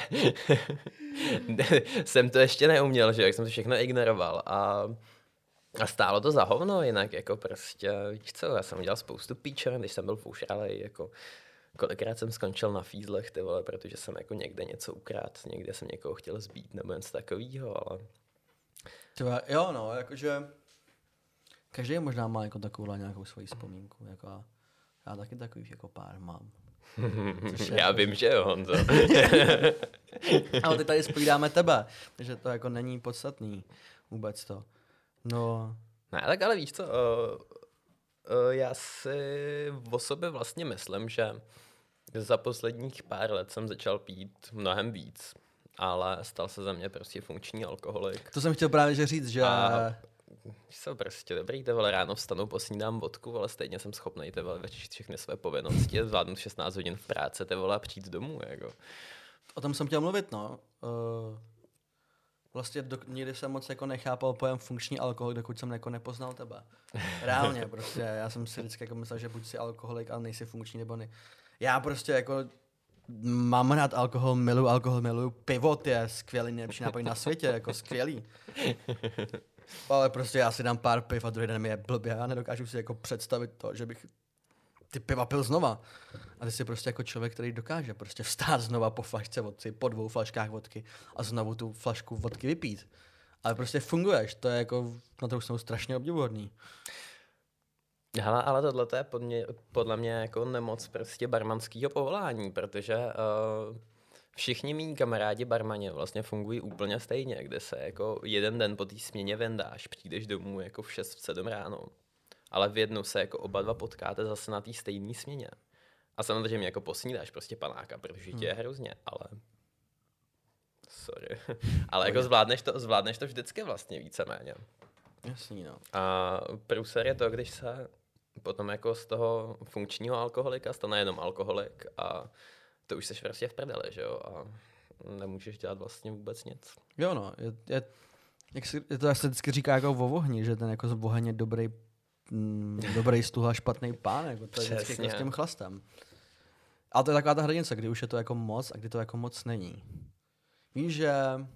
Speaker 4: jsem to ještě neuměl, že jak jsem to všechno ignoroval a, a stálo to za hovno, jinak jako prostě, víš co, já jsem udělal spoustu píčer, když jsem byl v Ušralej, jako kolikrát jsem skončil na fízlech, ty vole, protože jsem jako někde něco ukrát, někde jsem někoho chtěl zbít nebo něco takového, ale...
Speaker 2: Třeba, jo, no, jakože každý možná má jako takovou nějakou svoji vzpomínku, jako já, já taky takových jako pár mám.
Speaker 4: Já jako, vím, že jo, Honzo.
Speaker 2: Ale teď tady spovídáme tebe, takže to jako není podstatný vůbec to. No.
Speaker 4: Ne, tak ale víš co, uh, uh, já si o sobě vlastně myslím, že za posledních pár let jsem začal pít mnohem víc. Ale stal se za mě prostě funkční alkoholik.
Speaker 2: To jsem chtěl právě že říct, že...
Speaker 4: A jsou prostě dobrý, ty vole, ráno vstanu, posnídám vodku, ale stejně jsem schopnej ty vole vyřešit všechny své povinnosti, zvládnout šestnáct hodin v práci, ty vole, a přijít domů, jako.
Speaker 2: O tom jsem chtěl mluvit, no. Uh, vlastně do, nikdy jsem moc jako nechápal pojem funkční alkoholik, dokud jsem jako nepoznal tebe. Reálně prostě, já jsem si vždycky jako myslel, že buď jsi alkoholik, ale nejsi funkční, nebo ne. Já prostě jako... mám rád alkohol, miluju alkohol, miluju pivo, to je skvělý, nejlepší nápoj na světě, jako skvělý. Ale prostě já si dám pár piv a druhý den mi je blbě, já nedokážu si jako představit to, že bych ty piva pil znova. A ty jsi prostě jako člověk, který dokáže prostě vstát znova po flašce vodky, po dvou flaškách vodky a znovu tu flašku vodky vypít. Ale prostě funguješ, to je jako, na to už jsou strašně obdivuhodný.
Speaker 4: Hele, ale tohle je pod mě, podle mě jako nemoc prostě barmanského povolání, protože uh, všichni mý kamarádi barmani vlastně fungují úplně stejně, kde se jako jeden den po té směně vendáš, přijdeš domů jako v šest, v sedm ráno, ale v jednu se jako oba dva potkáte zase na té stejné směně. A samozřejmě jako posnídáš prostě panáka, protože tě je hrozně, ale... Sorry. Ale jako zvládneš to, zvládneš to vždycky vlastně víceméně.
Speaker 2: Jasný, no.
Speaker 4: A průser je to, když se potom jako z toho funkčního alkoholika stane jenom alkoholik a to už seš prostě v prdeli, že jo? A nemůžeš dělat vlastně vůbec nic.
Speaker 2: Jo, no. Je, je, jak si, je to, jak se vždycky říká jako o ohni, že ten jako z oheň je dobrý, mm, dobrý stůl a špatný pán. Jako to je vždycky jako s tím chlastem. Ale to je taková ta hranice, kdy už je to jako moc a kdy to jako moc není. Víš, že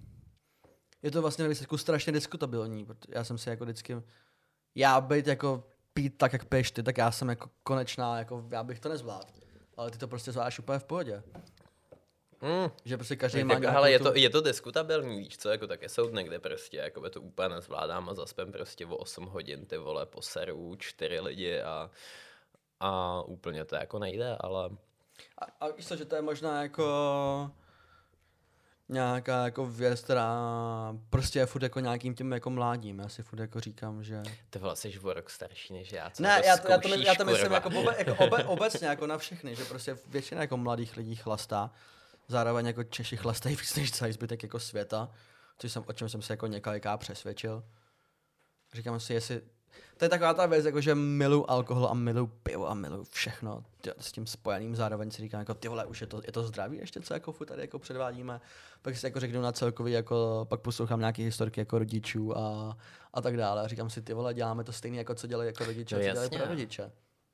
Speaker 2: je to vlastně ve výsledku strašně diskutabilní, protože já jsem si jako vždycky, já být jako pít tak, jak piješ ty, tak já jsem jako konečná, jako já bych to nezvládl. Ale ty to prostě zvládáš úplně v pohodě.
Speaker 4: Mm.
Speaker 2: Že prostě každý má
Speaker 4: tak,
Speaker 2: nějakou
Speaker 4: ale je
Speaker 2: tu...
Speaker 4: to, je to diskutabilní, víš co, jako také jsou dny, kde prostě jako to úplně nezvládám a zaspím prostě o osm hodin, ty vole, poseru čtyři lidi a, a úplně to jako nejde, ale...
Speaker 2: A, a víš co, že to je možná jako nějaká jako věc, která prostě je furt jako nějakým tím jako mládím. Já si furt jako říkám, že...
Speaker 4: Ty vole, jsi o rok starší než já, co
Speaker 2: ne,
Speaker 4: to
Speaker 2: já to, já to,
Speaker 4: zkoušíš,
Speaker 2: já to myslím
Speaker 4: kurva.
Speaker 2: jako, obe, jako obe, obecně jako na všechny, že prostě většina jako mladých lidí chlastá. Zároveň jako Češi chlastají víc než celý zbytek jako světa, což jsem, o čem jsem se jako několikrát přesvědčil. Říkám si, jestli... To je taková ta věc, jako že miluju alkohol a miluju pivo a miluju všechno tě, s tím spojeným. Zároveň si říkám, jako ty vole, už je to, je to zdraví ještě, co jako furt tady jako předvádíme. Pak si jako řeknu na celkový, jako pak poslouchám nějaké historky jako rodičů a, a tak dále. A říkám si, ty vole, děláme to stejně, jako co dělají jako rodiče,
Speaker 4: No
Speaker 2: co dělají
Speaker 4: jasně.
Speaker 2: pro rodiče.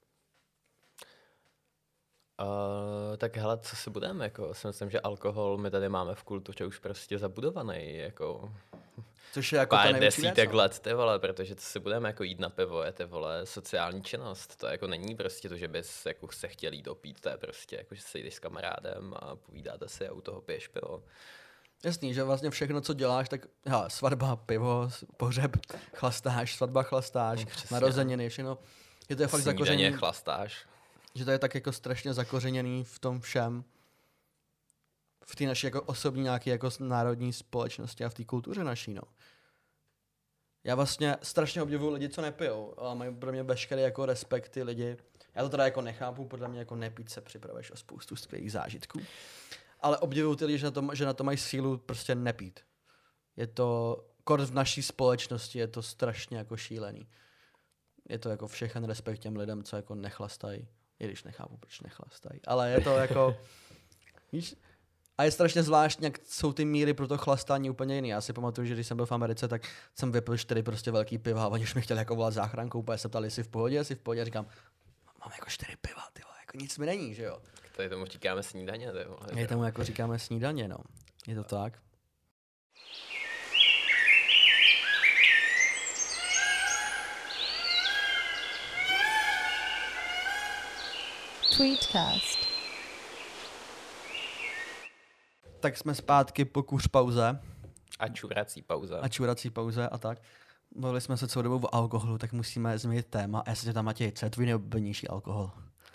Speaker 4: Uh, tak hele, co si budeme, jako si myslím, že alkohol my tady máme v kultuře už prostě zabudovaný, jako
Speaker 2: Což je jako ta
Speaker 4: pár
Speaker 2: největší
Speaker 4: desítek
Speaker 2: věc, no.
Speaker 4: let, ty vole, protože co si budeme jako jít na pivo, je ty vole sociální činnost, to jako není prostě to, že bys jako se chtěl jít opít, to je prostě jako, že se jdeš s kamarádem a povídáte si a u toho piješ pivo.
Speaker 2: Jasný, že vlastně všechno, co děláš, tak hele, svatba, pivo, pohřeb, chlastáš, svatba chlastáš,
Speaker 4: No, přesně.
Speaker 2: narozeniny, všechno. Je to je fakt
Speaker 4: Snídaně
Speaker 2: zakořeněný,
Speaker 4: chlastáš.
Speaker 2: že to je tak jako strašně zakořeněný v tom všem. V té naší jako osobní nějaké jako národní společnosti a v té kultuře naší, no. Já vlastně strašně obdivuju lidi, co nepijou, ale mají pro mě veškerý jako respekt ty lidi. Já to teda jako nechápu, podle mě jako nepít se připravuješ o spoustu skvělých zážitků. Ale obdivuju ty lidi, že na to, že na to mají sílu prostě nepít. Je to, kor v naší společnosti je to strašně jako šílený. Je to jako všechen respekt těm lidem, co jako nechlastají. I když nechápu, proč nechlastají. Ale je to jako, víš, a je strašně zvláštní, jak jsou ty míry pro to chlastání úplně jiný. Já si pamatuju, že když jsem byl v Americe, tak jsem vypil čtyři prostě velký piva a oni už mi chtěli jako volat záchranku, úplně se ptali, jsi v pohodě, jsi v pohodě, a říkám, mám jako čtyři piva, ty vole, jako nic mi není, že jo.
Speaker 4: Tady tomu říkáme snídaně, ty vole.
Speaker 2: Je tomu jako říkáme snídaně, no. Je to tak.
Speaker 1: Tweetcast.
Speaker 2: Tak jsme zpátky po kuř pauze
Speaker 4: A čurací pauza.
Speaker 2: a čurací pauze a tak. Bavili jsme se celou dobu o alkoholu, tak musíme změnit téma. A já se tě tam, Matěj, co je tvůj nejoblíbenější alkohol?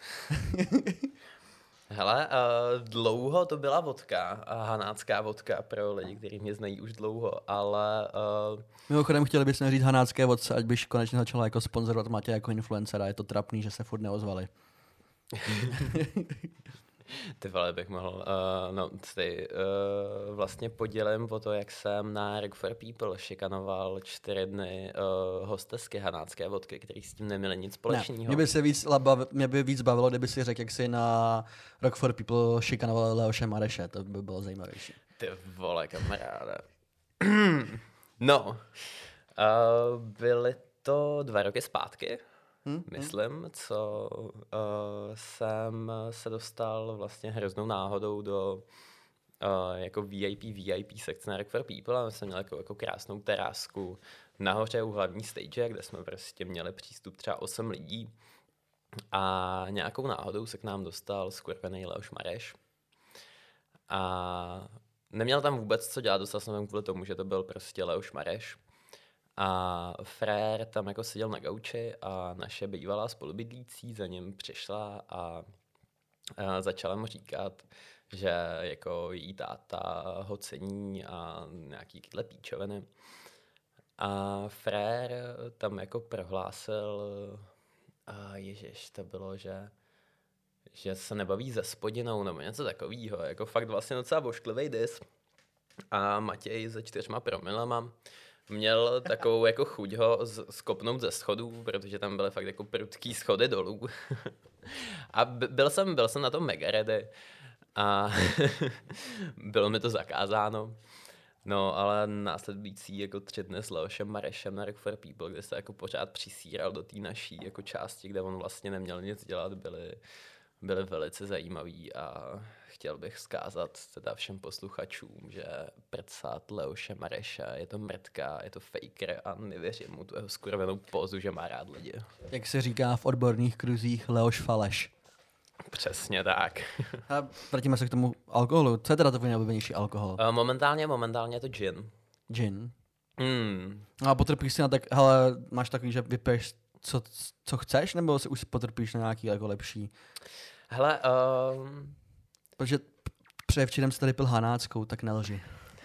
Speaker 4: Hele, uh, dlouho to byla vodka, a hanácká vodka pro lidi, kteří mě znají už dlouho, ale... Uh,
Speaker 2: Mimochodem chtěli bychom říct hanácké vodce, ať byš konečně začala jako sponzorovat Matěje jako influencera. Je to trapný, že se furt neozvali.
Speaker 4: Ty vole, bych mohl, uh, no ty, uh, vlastně podělím o to, jak jsem na Rock for People šikanoval čtyři dny uh, hostesky hanácké vodky, který s tím neměli nic
Speaker 2: Ne,
Speaker 4: společného.
Speaker 2: mě by, se víc, labav, mě by víc bavilo, kdyby si řekl, jak jsi na Rock for People šikanoval Leoše Mareše. To by bylo zajímavější.
Speaker 4: Ty vole, kamaráde. No, uh, byly to dva roky zpátky,
Speaker 2: Hmm?
Speaker 4: myslím, co uh, jsem se dostal vlastně hroznou náhodou do uh, jako V I P, V I P sekce na Rock for People a my jsme měli jako, jako krásnou terásku nahoře u hlavní stage, kde jsme prostě měli přístup třeba osm lidí a nějakou náhodou se k nám dostal skurvený Leoš Mareš a neměl tam vůbec co dělat, dostal jsem tam kvůli tomu, že to byl prostě Leoš Mareš. A frér tam jako seděl na gauči a naše bývalá spolubydlící za ním přišla a, a začala mu říkat, že jako její táta ho cení a nějaký tyhle píčoviny. A frér tam jako prohlásil, a ježiš, to bylo, že že se nebaví se Spodinou nebo něco takového, jako fakt vlastně docela bošklivý dis. A Matěj se čtyřma promilama měl takovou jako chuť ho z- skopnout ze schodů, protože tam byly fakt jako prudký schody dolů. A b- byl jsem, byl jsem na tom mega ready a bylo mi to zakázáno. No, ale následující jako tři dny s Leošem Marešem na Rock for People, kde se jako pořád přisíral do té naší jako části, kde on vlastně neměl nic dělat, byly, byly velice zajímavý a chtěl bych vzkázat teda všem posluchačům, že prcat Leoše Mareša je to mrtka, je to faker a nevěřím mu tu jeho skurvenou pózu, že má rád lidi.
Speaker 2: Jak se říká v odborných kruzích, Leoš Faleš.
Speaker 4: Přesně tak.
Speaker 2: A vrátíme se k tomu alkoholu. Co je teda tvůj nejoblíbenější alkohol?
Speaker 4: Uh, momentálně, momentálně je to gin.
Speaker 2: Gin.
Speaker 4: Mm.
Speaker 2: No a potrpíš si na tak, hele, máš takový, že vypiješ co, co chceš, nebo si už potrpíš na nějaký jako lepší?
Speaker 4: Hele, um...
Speaker 2: Protože předevčírem jsi tady pil hanáckou, tak nelži.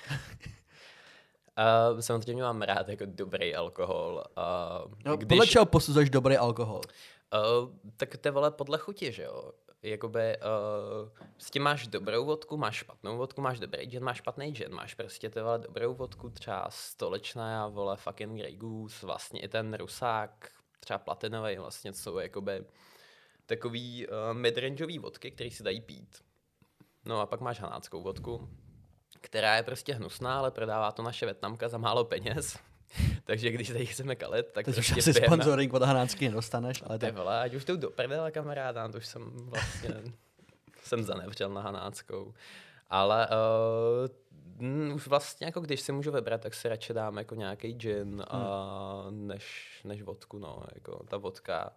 Speaker 4: Uh, samozřejmě mám rád jako dobrý alkohol. Uh,
Speaker 2: No,
Speaker 4: když...
Speaker 2: Podle čeho posuzuješ dobrý alkohol?
Speaker 4: Uh, tak to je vole podle chuti, že jo? Jakoby uh, s tím máš dobrou vodku, máš špatnou vodku, máš dobrý gin, máš špatný gin, máš prostě ty vole dobrou vodku, třeba stolečná a vole fucking Grey Goose, vlastně i ten rusák, třeba platinový, vlastně jsou jakoby takový uh, midrangeový vodky, který si dají pít. No a pak máš hanáckou vodku, která je prostě hnusná, ale prodává to naše Vietnamka za málo peněz. Takže když tady chceme kalit, tak
Speaker 2: Teď už
Speaker 4: prostě
Speaker 2: asi
Speaker 4: pijeme.
Speaker 2: sponsoring od hanácky nedostaneš, ale
Speaker 4: Ty
Speaker 2: tak.
Speaker 4: vole, ať už jdou do prdele, kamaráda, to už jsem vlastně, jsem zanevřel na hanáckou. Ale uh, m, už vlastně, jako když si můžu vybrat, tak si radši dám jako nějaký gin, a, než, než vodku, no, jako ta vodka.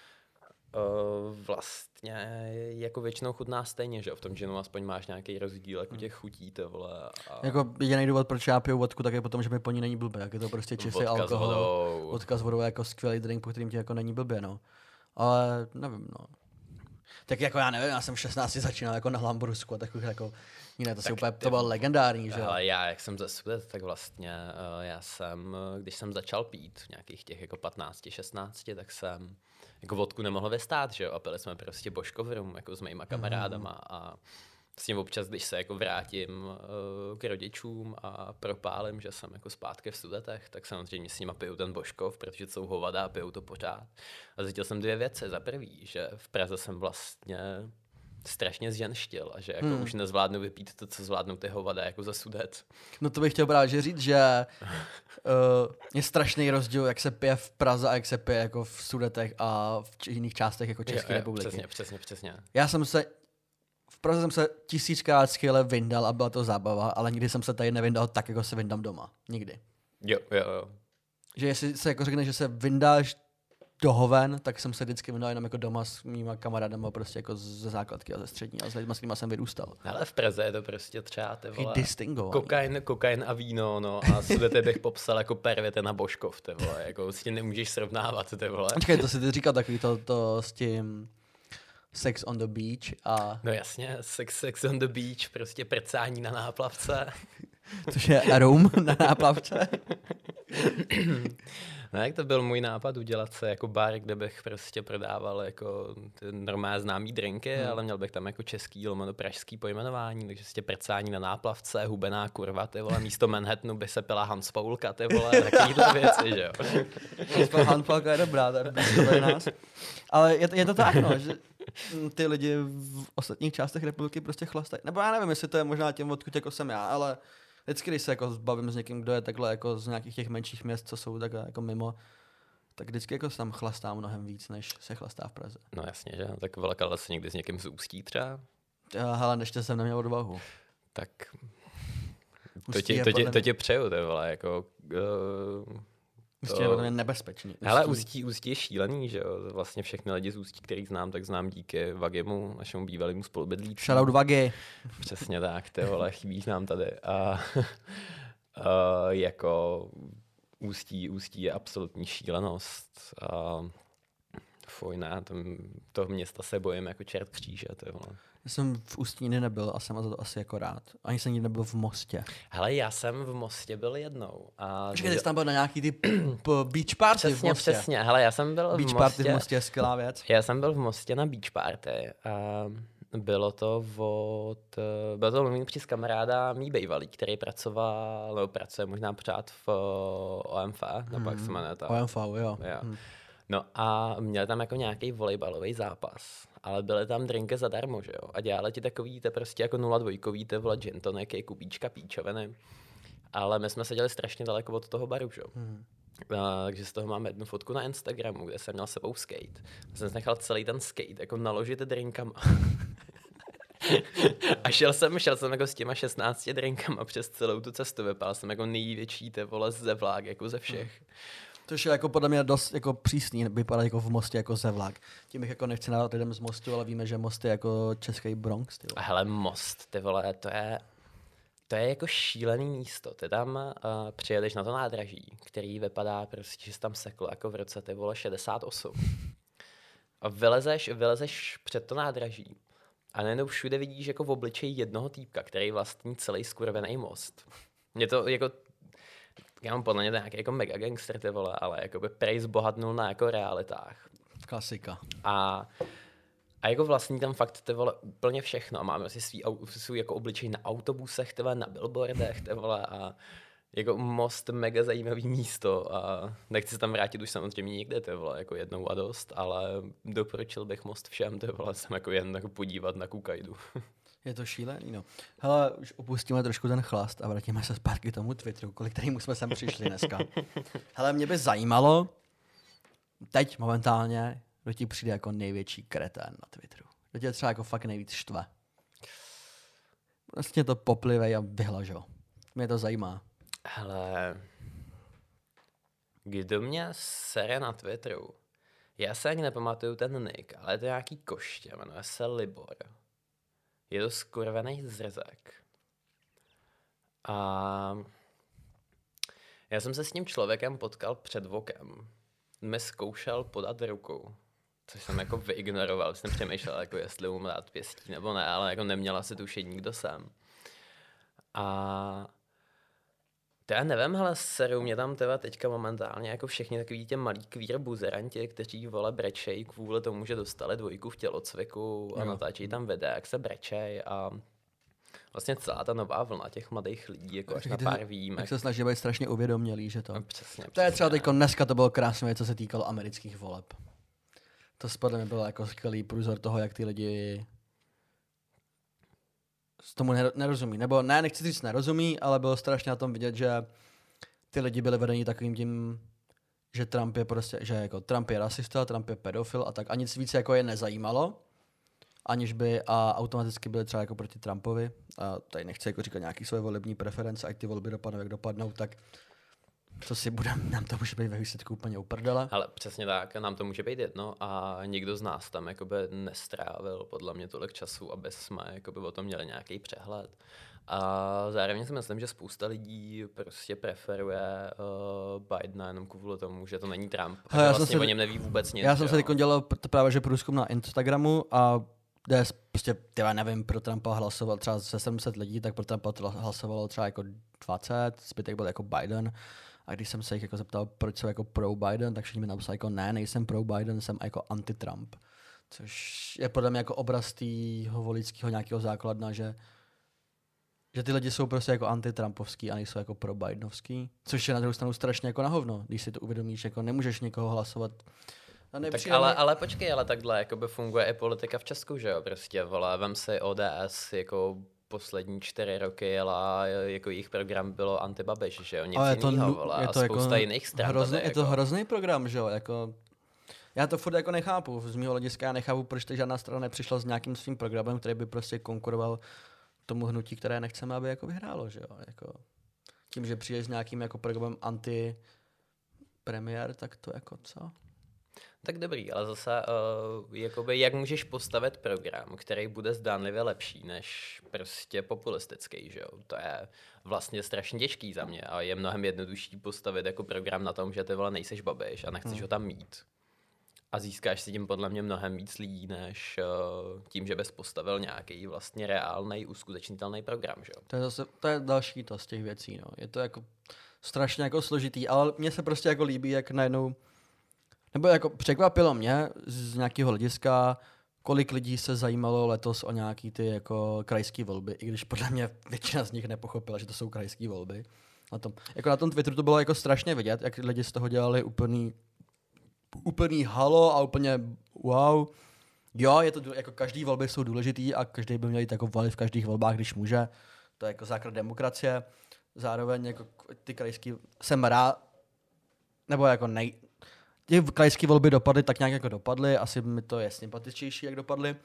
Speaker 4: Uh, vlastně jako většinou chutná stejně, že jo, v tom ginu aspoň máš nějaký rozdíl, jako těch chutí, to vole. A...
Speaker 2: Jako jediný důvod, proč já piju vodku, tak je potom, že mi po ní není blbě, jak je to prostě čistý
Speaker 4: Vodka
Speaker 2: alkohol.
Speaker 4: s vodou.
Speaker 2: Vodka s vodou je jako skvělý drink, po kterým ti jako není blbě, no. Ale nevím, no. Tak jako já nevím, já jsem v šestnácti začínal jako na Lambrusku a takových jako jiné, to si úplně, to bylo legendární, že jo.
Speaker 4: Ale já, jak jsem ze Sudet, tak vlastně uh, já jsem, když jsem začal pít v nějakých těch jako patnácti, šestnácti, tak jsem jako vodku nemohl vystát, že jo, a pili jsme prostě Božkov rum, jako s mýma kamarádama mm. a s tím občas, když se jako vrátím uh, k rodičům a propálím, že jsem jako zpátky v Sudetech, tak samozřejmě s nima piju ten Božkov, protože jsou hovada a piju to pořád. A zjistil jsem dvě věci. Za prvý, že v Praze jsem vlastně strašně zženštil a že jako hmm. už nezvládnu vypít to, co zvládnou ty hovada jako za Sudet.
Speaker 2: No to bych chtěl právě říct, že uh, je strašný rozdíl, jak se pije v Praze a jak se pije jako v Sudetech a v č- jiných částech jako České
Speaker 4: jo, jo,
Speaker 2: republiky.
Speaker 4: Přesně, přesně, přesně.
Speaker 2: Já jsem se, v Praze jsem se tisíckrát skvěle vyndal a byla to zábava, ale nikdy jsem se tady nevyndal tak, jako se vyndám doma. Nikdy.
Speaker 4: Jo, jo, jo.
Speaker 2: Že jestli se jako řekne, že se vyndáš do hoven, tak jsem se vždycky vydal jenom jako doma s mýma kamarádama, prostě jako ze základky a ze střední a s lidma, s kterýma jsem vyrůstal.
Speaker 4: Ale v Praze je to prostě třeba ty vole,
Speaker 2: distingovaný.
Speaker 4: kokain, kokain a víno, no a Sudety bych popsal jako pervěte na Božkov, ty vole, jako s tím nemůžeš srovnávat, ty vole.
Speaker 2: Počkej, to si ty říkal takový to, to s tím Sex on the Beach a...
Speaker 4: No jasně, sex, sex on the beach, prostě prcání na náplavce.
Speaker 2: Což je rum na náplavce.
Speaker 4: No jak to byl můj nápad udělat se jako bar, kde bych prostě prodával jako ty normálně známý drinky, hmm. ale měl bych tam jako český lomeno pražský pojmenování, takže prostě prcání na náplavce, hubená kurva, ty vole, místo Manhattanu by se pila Hanspaulka, ty vole, takovýhle věci, že jo.
Speaker 2: Hanspaulka je dobrá, to je blízko nás. Ale je, je to tak, no, že ty lidi v ostatních částech republiky prostě chlastají. Nebo já nevím, jestli to je možná těm odkud jako jsem já, ale vždycky, když se jako bavím s někým, kdo je takhle jako z nějakých těch menších měst, co jsou takhle jako mimo, Tak vždycky jako se tam chlastá mnohem víc, než se chlastá v Praze.
Speaker 4: No jasně, že? Tak velká se někdy s někým z Ústí třeba?
Speaker 2: Hele, ještě jsem neměl odvahu.
Speaker 4: Tak to
Speaker 2: Ústí
Speaker 4: ti,
Speaker 2: je
Speaker 4: to, ti,
Speaker 2: podle
Speaker 4: to
Speaker 2: mě-
Speaker 4: ti přeju, to je vole, jako... Uh,
Speaker 2: Ústí je podle mě nebezpečný.
Speaker 4: hele, Ústí, Ústí je šílený, že jo? Vlastně všechny lidi z Ústí, který znám, tak znám díky Vagimu, našemu bývalému spolubydlící.
Speaker 2: Shoutout Vagi.
Speaker 4: Přesně tak, ty vole, chybíš nám tady. A uh, jako Ústí, Ústí je absolutní šílenost. A fuj, ne, to, toho města se bojím jako čert kříže, ty vole.
Speaker 2: Já jsem v Ústí nikdy nebyl a jsem za to asi jako rád. Ani jsem nikdy nebyl v Mostě.
Speaker 4: Hele, já jsem v Mostě byl jednou. A
Speaker 2: Počkej, ty jsi tam byl na nějaký ty p- beach party v
Speaker 4: přesně,
Speaker 2: Mostě.
Speaker 4: přesně. Hele, já jsem byl
Speaker 2: Beach
Speaker 4: v
Speaker 2: party
Speaker 4: Mostě.
Speaker 2: v Mostě je skvělá věc.
Speaker 4: Já jsem byl v Mostě na beach party a bylo to od, bylo to mluvím při z kamaráda mý bývalý, který pracoval, nebo pracuje možná pořád v O M F, nebo jak se jmenuje to.
Speaker 2: O M V, jo.
Speaker 4: Jo.
Speaker 2: Hm.
Speaker 4: No a měl tam jako nějaký volejbalový zápas, ale byly tam drinky zadarmo, že jo? A dělali ti takový, to prostě jako nula dvojkový, to vole gin tonic, kubíčka píčoviny. Ale my jsme seděli strašně daleko od toho baru, že jo?
Speaker 2: Hm.
Speaker 4: A, takže z toho mám jednu fotku na Instagramu, kde jsem měl s sebou skate. A jsem si nechal celý ten skate jako naložit drinkama. A šel jsem, šel jsem jako s těma šestnácti drinkama přes celou tu cestu. Vypadal jsem jako největší te vole ze vlák, jako ze všech.
Speaker 2: To je jako podle mě dost jako přísný, vypadá jako v Mostě jako zevlak. Tím bych jako nechci nadat lidem z Mostu, ale víme, že Most je jako český Bronx. Ty
Speaker 4: A
Speaker 2: vole.
Speaker 4: hele, Most, ty vole, to je, to je jako šílený místo. Ty tam uh, přijedeš na to nádraží, který vypadá prostě, že jsi tam sekl jako v roce, ty vole, šedesát osm. A vylezeš, vylezeš před to nádraží a najednou všude vidíš jako v obličeji jednoho týpka, který vlastní celý skurvený most. Mě to jako, já mám podle mě nějaký jako mega gangster, ty vole, ale jako by prej zbohatnul na jako realitách.
Speaker 2: Klasika.
Speaker 4: A, a jako vlastní tam fakt ty vole úplně všechno. A máme si svý, au- svůj jako obličej na autobusech, ty vole, na billboardech, ty vole, a jako Most mega zajímavý místo a nechci se tam vrátit už samozřejmě nikde, ty vole, jako jednou a dost, ale doporučil bych Most všem, ty vole, jsem jako jen jako podívat na Kukajdu.
Speaker 2: Je to šílený, no. Hele, už opustíme trošku ten chlast a vrátíme se zpátky k tomu Twitteru, kvůli kterému jsme sem přišli dneska. Hele, mě by zajímalo, teď momentálně, kdo ti přijde jako největší kretén na Twitteru. Kdo tě třeba jako fakt nejvíc štve. Vlastně to poplivej a vyhlažo. Mě to zajímá.
Speaker 4: Hele, kdo mě sere na Twitteru? Já se ani nepamatuju ten nick, ale je to nějaký koště, jmenuje se Libor. Je to skurvený zrzek. A já jsem se s tím člověkem potkal před vokem. Mi zkoušel podat ruku, což jsem jako vyignoroval. Jsem přemýšlel, jako jestli mu dát pěstí nebo ne, ale jako neměla si tušení, kdo jsem. A to já nevím, hele, serou mě tam teda teďka momentálně jako všichni takový tě malí queer buzeranti, kteří vole brečej kvůli tomu, že dostali dvojku v tělocviku a
Speaker 2: Jo.
Speaker 4: natáčejí tam videa, jak se brečej a vlastně celá ta nová vlna těch mladých lidí, jako až na
Speaker 2: Ty-
Speaker 4: pár výjimek.
Speaker 2: Tak se snaží být strašně uvědomělý, že to.
Speaker 4: No, přesně,
Speaker 2: To je třeba
Speaker 4: přesně.
Speaker 2: teď dneska to bylo krásné, co se týkalo amerických voleb. To podle mě bylo jako skvělý průzor toho, jak ty lidi s tomu nero- nerozumí. Nebo ne, nechci říct nerozumí, ale bylo strašně na tom vidět, že ty lidi byli vedeni takovým tím, že Trump je prostě, že jako Trump je rasista, Trump je pedofil a tak a nic víc jako je nezajímalo, aniž by a automaticky byli třeba jako proti Trumpovi. A tady nechci jako říkat nějaký svoje volební preference, ať ty volby dopadnou, jak dopadnou, tak co si budem, nám to může být ve výsledku úplně uprdele.
Speaker 4: Ale přesně tak, nám to může být jedno a nikdo z nás tam jakoby nestrávil podle mě tolik času, aby jsme jakoby o tom měli nějaký přehled. A zároveň si myslím, že spousta lidí prostě preferuje uh, Bidena jenom kvůli tomu, že to není Trump. A
Speaker 2: Hele,
Speaker 4: že
Speaker 2: já jsem
Speaker 4: vlastně
Speaker 2: se-
Speaker 4: o něm neví vůbec nic.
Speaker 2: Já jsem
Speaker 4: že
Speaker 2: se
Speaker 4: jo.
Speaker 2: teď dělal pr- právě že průzkum na Instagramu a kde prostě, tyva, nevím, pro Trumpa hlasoval třeba ze sedm set lidí, tak pro Trumpa tla- hlasovalo třeba jako dvacet, zbytek byl jako Biden. A když jsem se jich jako zeptal, proč jsou jako pro Biden, tak všichni mi napsali jako ne, nejsem pro Biden, jsem jako anti-Trump. Což je podle mě jako obraz tého voličského nějakého základna, že že ty lidi jsou prostě jako anti-Trumpovský a nejsou jako pro Bidenovský. Což je na druhou stranu strašně jako na hovno, když si to uvědomíš, jako nemůžeš někoho hlasovat. A
Speaker 4: Tak
Speaker 2: nepříjemně-
Speaker 4: ale, ale počkej, ale takhle jakoby funguje i politika v Česku, že jo? Prostě, vole, vem si O D S jako poslední čtyři roky jela, jako jejich program bylo anti-Babiš, že jo, nic
Speaker 2: Ale je to,
Speaker 4: jinýho,
Speaker 2: nu-
Speaker 4: vole,
Speaker 2: je
Speaker 4: a
Speaker 2: to
Speaker 4: spousta
Speaker 2: jako
Speaker 4: jiných stran.
Speaker 2: hrozný,
Speaker 4: tady
Speaker 2: je to
Speaker 4: jako.
Speaker 2: hrozný program, že jo, jako... Já to furt jako nechápu, z mého hlediska já nechápu, proč to žádná strana nepřišla s nějakým svým programem, který by prostě konkuroval tomu hnutí, které nechceme, aby jako vyhrálo, že jo, jako... Tím, že přijdeš s nějakým jako programem anti-premiér, tak to jako co?
Speaker 4: Tak dobrý, ale zase, uh, jakoby, jak můžeš postavit program, který bude zdánlivě lepší než prostě populistický, že jo? To je vlastně strašně těžký za mě a je mnohem jednodušší postavit jako program na tom, že ty vole nejseš Babiš a nechceš hmm. ho tam mít. A získáš si tím podle mě mnohem víc lidí, než uh, tím, že bys postavil nějaký vlastně reálnej, uskutečnitelný program, že jo?
Speaker 2: To je zase, to je další to z těch věcí, no. Je to jako strašně jako složitý, ale mně se prostě jako líbí, jak najednou, nebo jako překvapilo mě z nějakého hlediska, kolik lidí se zajímalo letos o nějaký ty jako krajské volby, i když podle mě většina z nich nepochopila, že to jsou krajské volby. Na tom, jako na tom Twitteru to bylo jako strašně vidět, jak lidi z toho dělali úplný, úplný halo a úplně wow. Jo, je to jako každý volby jsou důležitý a každý by měl jít jako volit v každých volbách, když může. To je jako základ demokracie. Zároveň jako ty krajský jsem rád, nebo jako nej... Ty krajské volby dopadly tak nějak jako dopadly, asi mi to je sympatičtější, jak dopadly,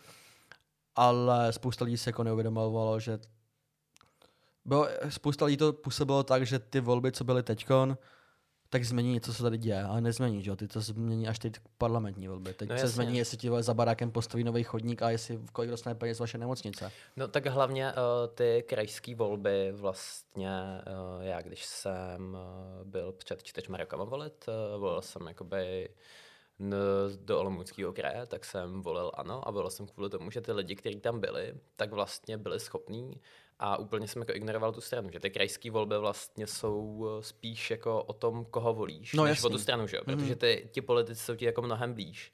Speaker 2: ale spousta lidí se jako neuvědomovalo, že bylo, spousta lidí to působilo tak, že ty volby, co byly teďkon, tak změní něco, co tady děje, ale nezmění, že jo, ty to změní až teď parlamentní volby. Teď
Speaker 4: no
Speaker 2: se
Speaker 4: jasně.
Speaker 2: změní, jestli ti za barákem postaví nový chodník a jestli kolik dostane peněz vaše nemocnice.
Speaker 4: No tak hlavně uh, ty krajské volby vlastně, uh, já když jsem uh, byl před čtyřma rokama volit, uh, volil jsem jakoby n- do Olomouckého kraje, tak jsem volil ANO a volil jsem kvůli tomu, že ty lidi, kteří tam byli, tak vlastně byli schopní a úplně jsem jako ignoroval tu stranu, že ty krajské volby vlastně jsou spíš jako o tom, koho volíš,
Speaker 2: no,
Speaker 4: než
Speaker 2: jasný.
Speaker 4: o tu stranu, že jo? Protože
Speaker 2: Mm-hmm.
Speaker 4: ty, ti politici jsou ti jako mnohem blíž.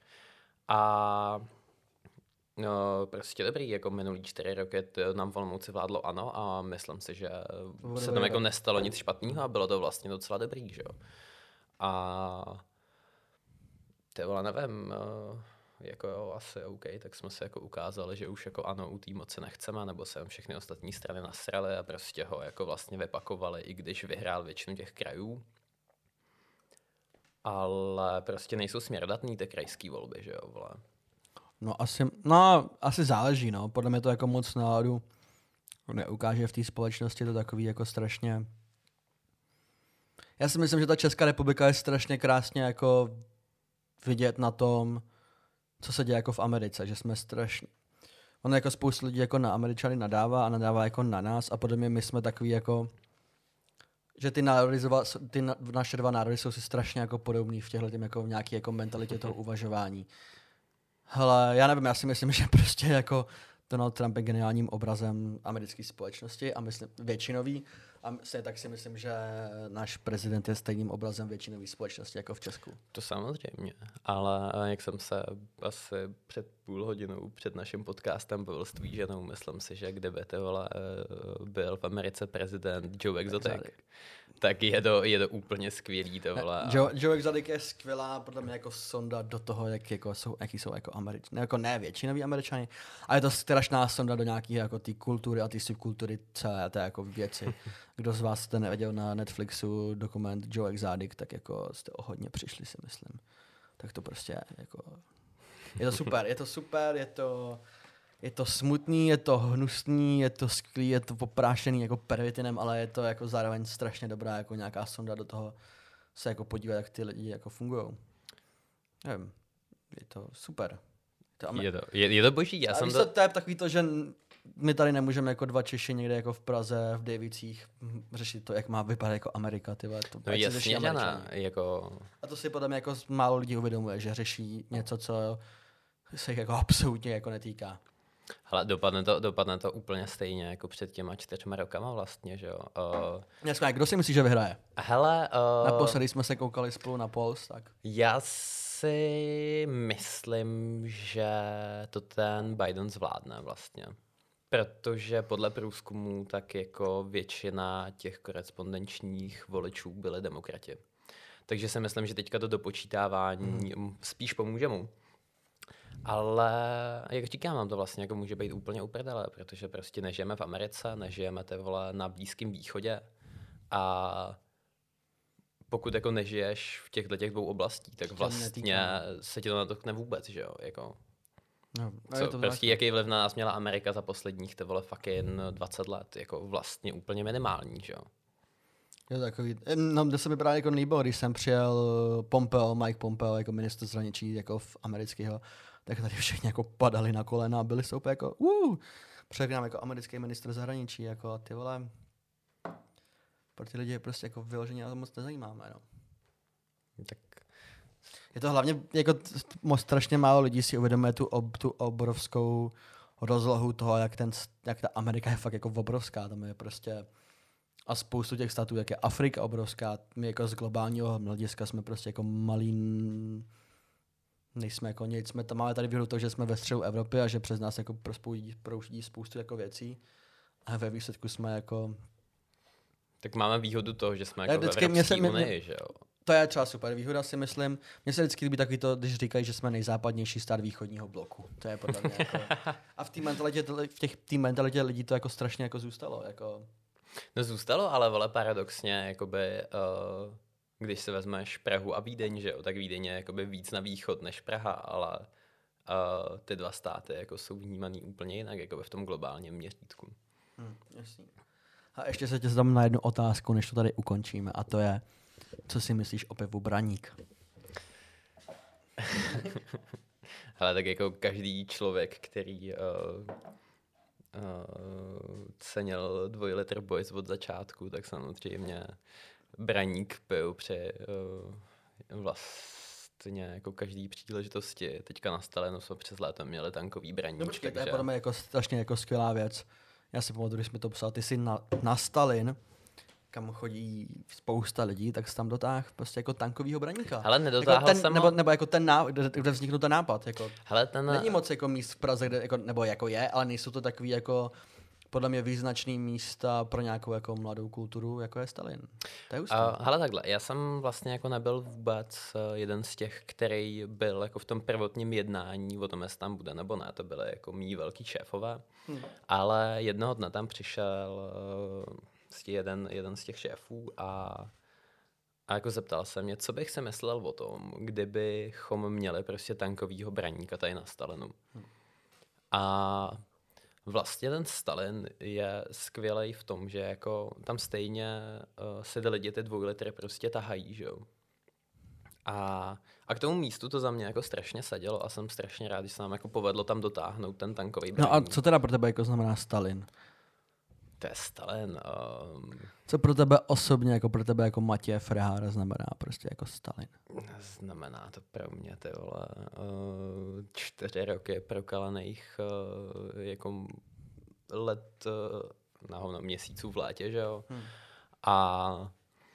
Speaker 4: A no, prostě dobrý, jako minulý čtyři roky to nám v Olomouci vládlo ANO a myslím si, že se tam jako nestalo nic špatného a bylo to vlastně docela dobrý, že jo? A ty vole, nevím, jako jo, asi OK, tak jsme se jako ukázali, že už jako ANO u té moci nechceme, nebo se všechny ostatní strany nasrali a prostě ho jako vlastně vypakovali, i když vyhrál většinu těch krajů. Ale prostě nejsou směrodatný ty krajský volby, že jo, vole.
Speaker 2: No asi, no asi záleží, no, podle mě to jako moc náladu neukáže v té společnosti, to takový jako strašně. Já si myslím, že ta Česká republika je strašně krásně jako vidět na tom, co se děje jako v Americe, že jsme strašně... Ono jako spoustu lidí jako na Američany nadává a nadává jako na nás a podle mě my jsme takový jako... Že ty, národy, ty na, naše dva národy jsou si strašně jako podobný v těchto jako v nějaký jako mentalitě toho uvažování. Hele, já nevím, já si myslím, že prostě jako Donald Trump je geniálním obrazem americké společnosti a myslím většinový. A se, tak si myslím, že náš prezident je stejným obrazem většinové společnosti jako v Česku.
Speaker 4: To samozřejmě, ale jak jsem se asi před půl hodinou před naším podcastem bavil s tvý ženou, myslím si, že kdyby to vole, byl v Americe prezident Joe Exotic, Exotic. tak je to, je to úplně skvělý to vole.
Speaker 2: Joe, Joe Exotic je skvělá podle mě jako sonda do toho, jak jako jsou, jaký jsou jako Američané, jako ne většinoví Američani, ale je to strašná sonda do nějaké jako ty kultury a ty subkultury celé té jako věci. Kdo z vás jste neviděl na Netflixu dokument Joe Exotic, tak jako jste o hodně přišli, si myslím. Tak to prostě jako... Je to super, je to super, je to, je to smutný, je to hnusný, je to skvělý, je to poprášený jako pervitinem, ale je to jako zároveň strašně dobrá jako nějaká sonda do toho se jako podívat, jak ty lidi jako fungujou. Nevím, je to super.
Speaker 4: To je, to, je, je to boží, já
Speaker 2: a
Speaker 4: jsem
Speaker 2: to...
Speaker 4: to...
Speaker 2: to je takový to, že my tady nemůžeme jako dva Češi někde jako v Praze, v Davicích řešit to, jak má vypadat jako Amerika, tyhle. To,
Speaker 4: no jasně, že ne, jako...
Speaker 2: A to si potom jako málo lidí uvědomuje, že řeší něco, co se jich jako absolutně jako netýká.
Speaker 4: Hele, dopadne to, dopadne to úplně stejně jako před těma čtyřma rokama vlastně, že jo. Uh...
Speaker 2: Jasně, kdo si myslí, že vyhraje?
Speaker 4: Hele... Uh...
Speaker 2: Naposledy jsme se koukali spolu na Polls, tak...
Speaker 4: Já si myslím, že to ten Biden zvládne vlastně. Protože podle průzkumů tak jako většina těch korespondenčních voličů byly demokrati. Takže si myslím, že teďka to dopočítávání hmm. spíš pomůže mu. Ale jak říkám, nám to vlastně jako může být úplně uprdele, protože prostě nežijeme v Americe, nežijeme ty vole na Blízkém východě a pokud jako nežiješ v těchto těch dvou oblastí, tak vlastně se ti to nedotkne vůbec, že jo, jako.
Speaker 2: No,
Speaker 4: Co, to prostě jaký vliv na nás měla Amerika za posledních ty vole fucking dvacet let, jako vlastně úplně minimální, že jo.
Speaker 2: Je to takový, no, kde se mi právě jako líbilo, když jsem přijel Pompeo, Mike Pompeo, jako ministr zahraničí jako v amerického, tak tady všichni jako padali na kolena a byli jsou úplně jako uh, přegnám jako americký ministr zahraničí, jako ty vole, pro ty lidi je prostě jako vyloženě a moc nezajímáme, no.
Speaker 4: Tak
Speaker 2: je to hlavně, jako moc strašně málo lidí si uvědomuje tu, ob, tu obrovskou rozlohu toho, jak, ten, jak ta Amerika je fakt jako obrovská, tam je prostě a spoustu těch států, jak je Afrika obrovská, my jako z globálního hlediska jsme prostě jako malý, nejsme jako nic, jsme tam máme tady výhodu to, že jsme ve středu Evropy a že přes nás jako proudí spoustu jako věcí a ve výsledku jsme jako...
Speaker 4: Tak máme výhodu toho, že jsme jako v Evropské unii, že jo?
Speaker 2: To je třeba super výhoda, si myslím. Mně se vždycky líbí takový to, když říkají, že jsme nejzápadnější stát východního bloku. To je podle mě jako... A v té mentalitě, v těch, té mentalitě lidí to jako strašně jako zůstalo, jako...
Speaker 4: No zůstalo, ale vole paradoxně, jakoby, uh, když si vezmeš Prahu a Vídeň, že jo, tak Vídeň je jakoby víc na východ než Praha, ale uh, ty dva státy jako jsou vnímaný úplně jinak, jakoby v tom globálním měřítku.
Speaker 2: Hmm, jasný. A ještě se tě zadám na jednu otázku, než to tady ukončíme, a to je, co si myslíš o pivu Braník?
Speaker 4: Ale tak jako každý člověk, který... Uh, Uh, cenil dvojlitr boys od začátku, tak samozřejmě Braník pil při uh, vlastně jako každý příležitosti. Teďka na Stalinu jsme přes léto měli tankový Braník.
Speaker 2: No, počkej, takže... to je podle mě jako strašně jako skvělá věc. Já si pamatuju, když jsme to psal, ty jsi na, na Stalin, kam chodí spousta lidí, tak jsi tam dotáhl prostě jako tankovýho Braníka.
Speaker 4: Ale nedotáhl
Speaker 2: jako ten,
Speaker 4: jsem
Speaker 2: nebo, nebo jako ten nápad, kde, kde vzniknul ten nápad. Jako,
Speaker 4: hele, ten...
Speaker 2: Není moc jako míst v Praze, kde, jako, nebo jako je, ale nejsou to takový jako podle mě význačný místa pro nějakou jako mladou kulturu, jako je Stalin. To je hustý.
Speaker 4: Uh, hele takhle, já jsem vlastně jako nebyl vůbec uh, jeden z těch, který byl jako v tom prvotním jednání o tom, jestli tam bude nebo ne, to byly jako mý velký šéfové, hmm. ale jednoho dne tam přišel uh, jeden, jeden z těch šéfů a, a jako zeptal se mě, co bych si myslel o tom, kdybychom měli prostě tankovýho Braníka tady na Stalinu. Hmm. A vlastně ten Stalin je skvělej v tom, že jako tam stejně uh, se ty lidi ty dvojlitry prostě tahají, že jo. A, a k tomu místu to za mě jako strašně sedělo a jsem strašně rád, že se nám jako povedlo tam dotáhnout ten tankový Braník.
Speaker 2: No a co teda pro tebe jako znamená Stalin?
Speaker 4: To je Stalin. Um...
Speaker 2: Co pro tebe osobně, jako pro tebe jako Matěje Frehára znamená prostě jako Stalin?
Speaker 4: Znamená to pro mě, ty vole, uh, čtyři roky prokalaných uh, jako let, uh, na hovno, měsíců v létě, že jo? Hmm. A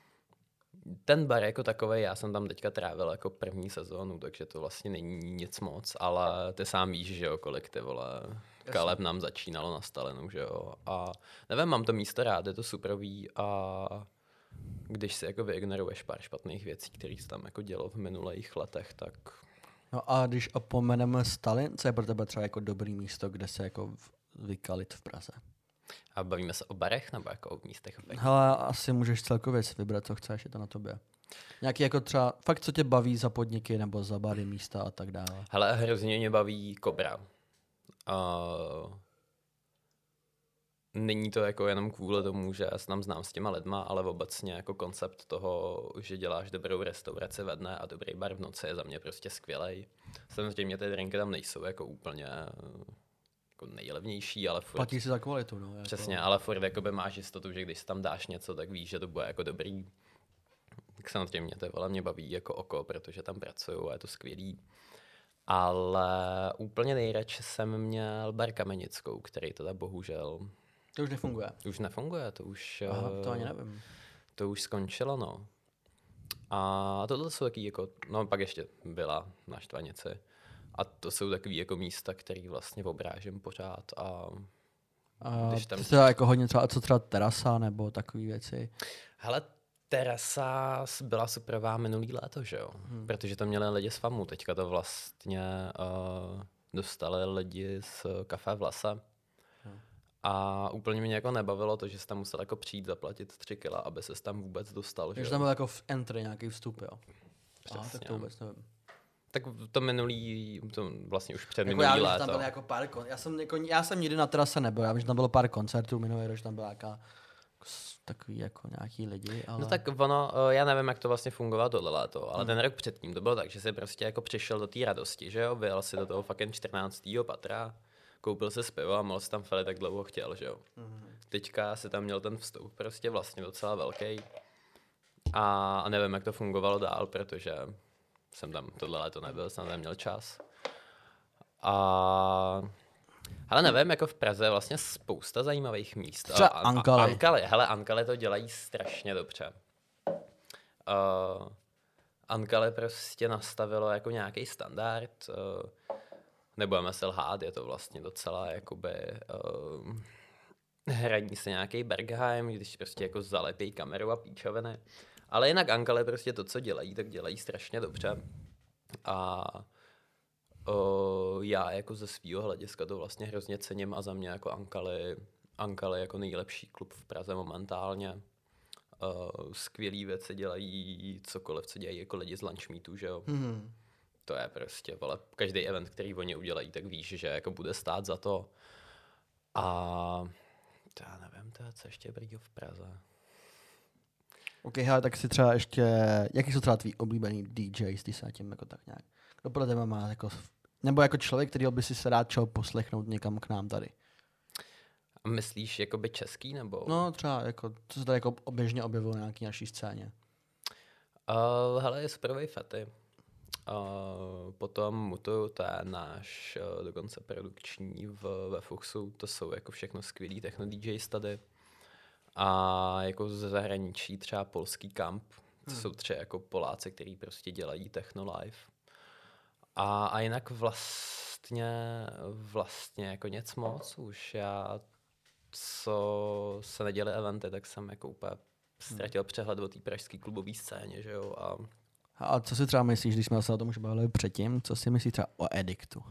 Speaker 4: ten bar jako takovej, já jsem tam teďka trávil jako první sezónu, takže to vlastně není nic moc, ale ty sám víš, že jo, kolik ty vole Kaleb nám začínalo na Stalinu, že jo. A nevím, mám to místo rád, je to superový a když si jako vyignoruješ pár špatných věcí, které se tam jako dělo v minulých letech, tak...
Speaker 2: No a když opomeneme Stalin, co je pro tebe třeba jako dobrý místo, kde se jako vykalit v Praze?
Speaker 4: A bavíme se o barech nebo jako o místech?
Speaker 2: Hele, asi můžeš celkově si vybrat, co chceš, je to na tobě. Nějaký jako třeba, fakt co tě baví za podniky nebo za bary, místa a tak dále.
Speaker 4: Hele, hrozně mě baví Kobra. Uh, není to jako jenom kvůli tomu, že já se tam znám s těma lidma, ale obecně jako koncept toho, že děláš dobrou restauraci ve dne a dobrý bar v noci je za mě prostě skvělej. Samozřejmě ty drinky tam nejsou jako úplně jako nejlevnější, ale furt...
Speaker 2: Platí si za kvalitu, no. Jako...
Speaker 4: Přesně, ale furt jakoby máš jistotu, že když si tam dáš něco, tak víš, že to bude jako dobrý. Tak samozřejmě to vole mě baví jako oko, protože tam pracuju a je to skvělý. Ale úplně nejradši jsem měl bar Kamenickou, který teda bohužel...
Speaker 2: To už nefunguje.
Speaker 4: Už nefunguje, to už...
Speaker 2: Aha, to ani nevím.
Speaker 4: To už skončilo, no. A tohle jsou taky jako... No pak ještě byla na Štvanici. A to jsou takový jako místa, který vlastně obrážím pořád a...
Speaker 2: A když tam... třeba jako hodně třeba, co třeba terasa nebo takové věci?
Speaker 4: Hele, Terasa byla superová minulý léto, že jo? Hmm. Protože to měli lidi z FAMu, teďka to vlastně uh, dostali lidi z Café v lese. Hmm. A úplně mě jako nebavilo to, že jsi tam musel jako přijít zaplatit tři kila, aby ses tam vůbec dostal.
Speaker 2: Takže tam byl jako v entry nějaký vstup, jo? Aha, tak to vůbec nevím.
Speaker 4: Tak to minulý, to vlastně už před
Speaker 2: jako
Speaker 4: minulý
Speaker 2: já
Speaker 4: léto.
Speaker 2: Já tam bylo jako pár kon- já, jsem jako, já jsem nikdy na terase nebyl, já vím, že tam bylo pár koncertů minulý rok, že tam byla nějaká takový jako nějaký lidi, ale...
Speaker 4: No tak ono, já nevím, jak to vlastně fungovalo tohle léto, ale hmm. ten rok předtím to bylo tak, že jsi prostě jako přišel do té radosti, že jo, vyjel si do toho fucking čtrnáctého patra, koupil si pivo a mohl si tam felit tak dlouho chtěl, že jo. Hmm. Teďka si tam měl ten vstup prostě vlastně docela velký a nevím, jak to fungovalo dál, protože jsem tam tohle léto nebyl, jsem neměl čas. A... Ale nevím, jako v Praze je vlastně spousta zajímavých míst.
Speaker 2: Třeba Ankaly.
Speaker 4: Ankaly. Hele, Ankaly to dělají strašně dobře. Uh, Ankaly prostě nastavilo jako nějaký standard. Uh, nebudeme se lhát, je to vlastně docela jakoby uh, hraní se nějaký Bergheim, když prostě jako zalepí kameru a píčoviny. Ale jinak Ankaly prostě to, co dělají, tak dělají strašně dobře. A Uh, já jako ze svýho hlediska to vlastně hrozně cením a za mě jako Ankaly, Ankaly jako nejlepší klub v Praze momentálně. Uh, skvělý věci dělají cokoliv, co dělají jako lidi z Lunch Meetu, že jo. Mm. To je prostě, vole, každý event, který oni udělají, tak víš, že jako bude stát za to. A to já nevím, to je co ještě brýho v Praze.
Speaker 2: OK, hele, tak si třeba ještě, jaký jsou třeba tvý oblíbený D Js, ty se na tím jako tak nějak, kdo podle tebe má jako, nebo jako člověk, který by si se rád čel poslechnout někam k nám tady?
Speaker 4: A myslíš jakoby český, nebo?
Speaker 2: No třeba, jako, co se tady jako oběžně objevilo na nějaký naší scéně.
Speaker 4: Uh, hele, je superovej Fety. Uh, potom Mutu, to je náš uh, dokonce produkční v, ve Fuchsu, to jsou jako všechno skvělý techno D Js tady. A jako ze zahraničí třeba polský Kamp, to hmm. jsou tři jako Poláci, kteří prostě dělají techno live. A, a jinak vlastně, vlastně jako nic moc už. Já, co se neděli eventy, tak jsem jako úplně ztratil hmm. přehled o té pražské klubové scéně, že jo. A...
Speaker 2: a co si třeba myslíš, když jsme se o tom už bavili předtím, co si myslíš třeba o Ediktu?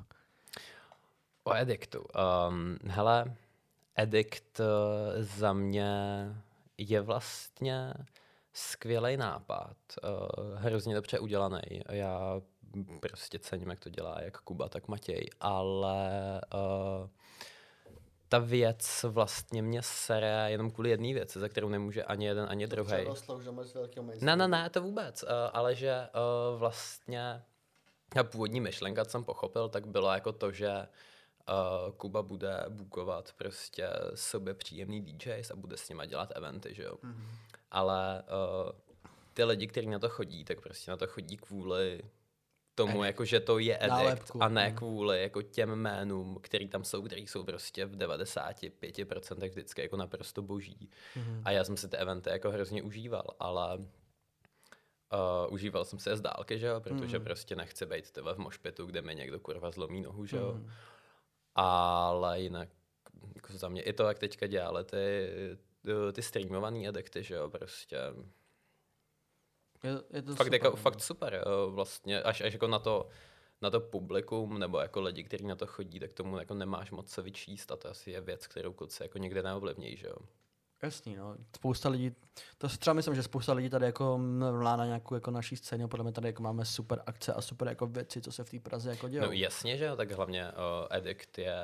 Speaker 4: O Ediktu? Um, hele, Edikt za mě je vlastně skvělý nápad, uh, hrozně dobře udělaný. Já prostě cením, jak to dělá jak Kuba, tak Matěj, ale uh, ta věc vlastně mě sere jenom kvůli jedné věci, za kterou nemůže ani jeden, ani druhý. Ne, ne, ne, to vůbec, uh, ale že uh, vlastně ta původní myšlenka, co jsem pochopil, tak bylo jako to, že Uh, Kuba bude bookovat prostě sobě příjemný D Js a bude s nima dělat eventy, že jo. Mm-hmm. Ale uh, ty lidi, kteří na to chodí, tak prostě na to chodí kvůli tomu, jako, že to je Edikt a ne kvůli jako těm jménům, který tam jsou, který jsou prostě v devadesát pět procent vždycky jako naprosto boží. Mm-hmm. A já jsem si ty eventy jako hrozně užíval, ale Uh, užíval jsem se je z dálky, že jo, protože mm. prostě nechci být tebe v mošpitu, kde mi někdo kurva zlomí nohu, že jo. Mm. Ale jinak jako za mě i to, jak teďka dělali ty, ty streamovaný edikty, že jo, prostě.
Speaker 2: Je, je to
Speaker 4: fakt,
Speaker 2: super,
Speaker 4: jako, fakt super, jo, vlastně, až, až jako na to, na to publikum, nebo jako lidi, kteří na to chodí, tak tomu jako nemáš moc se vyčíst a to asi je věc, kterou kluci jako někde neovlivní, že jo.
Speaker 2: Jasný, no. Spousta lidí, to si třeba myslím, že spousta lidí tady jako mlá na nějakou jako naší scéně, podle mě tady jako máme super akce a super jako věci, co se v té Praze jako dělá.
Speaker 4: No jasně, že jo, tak hlavně uh, Edikt je,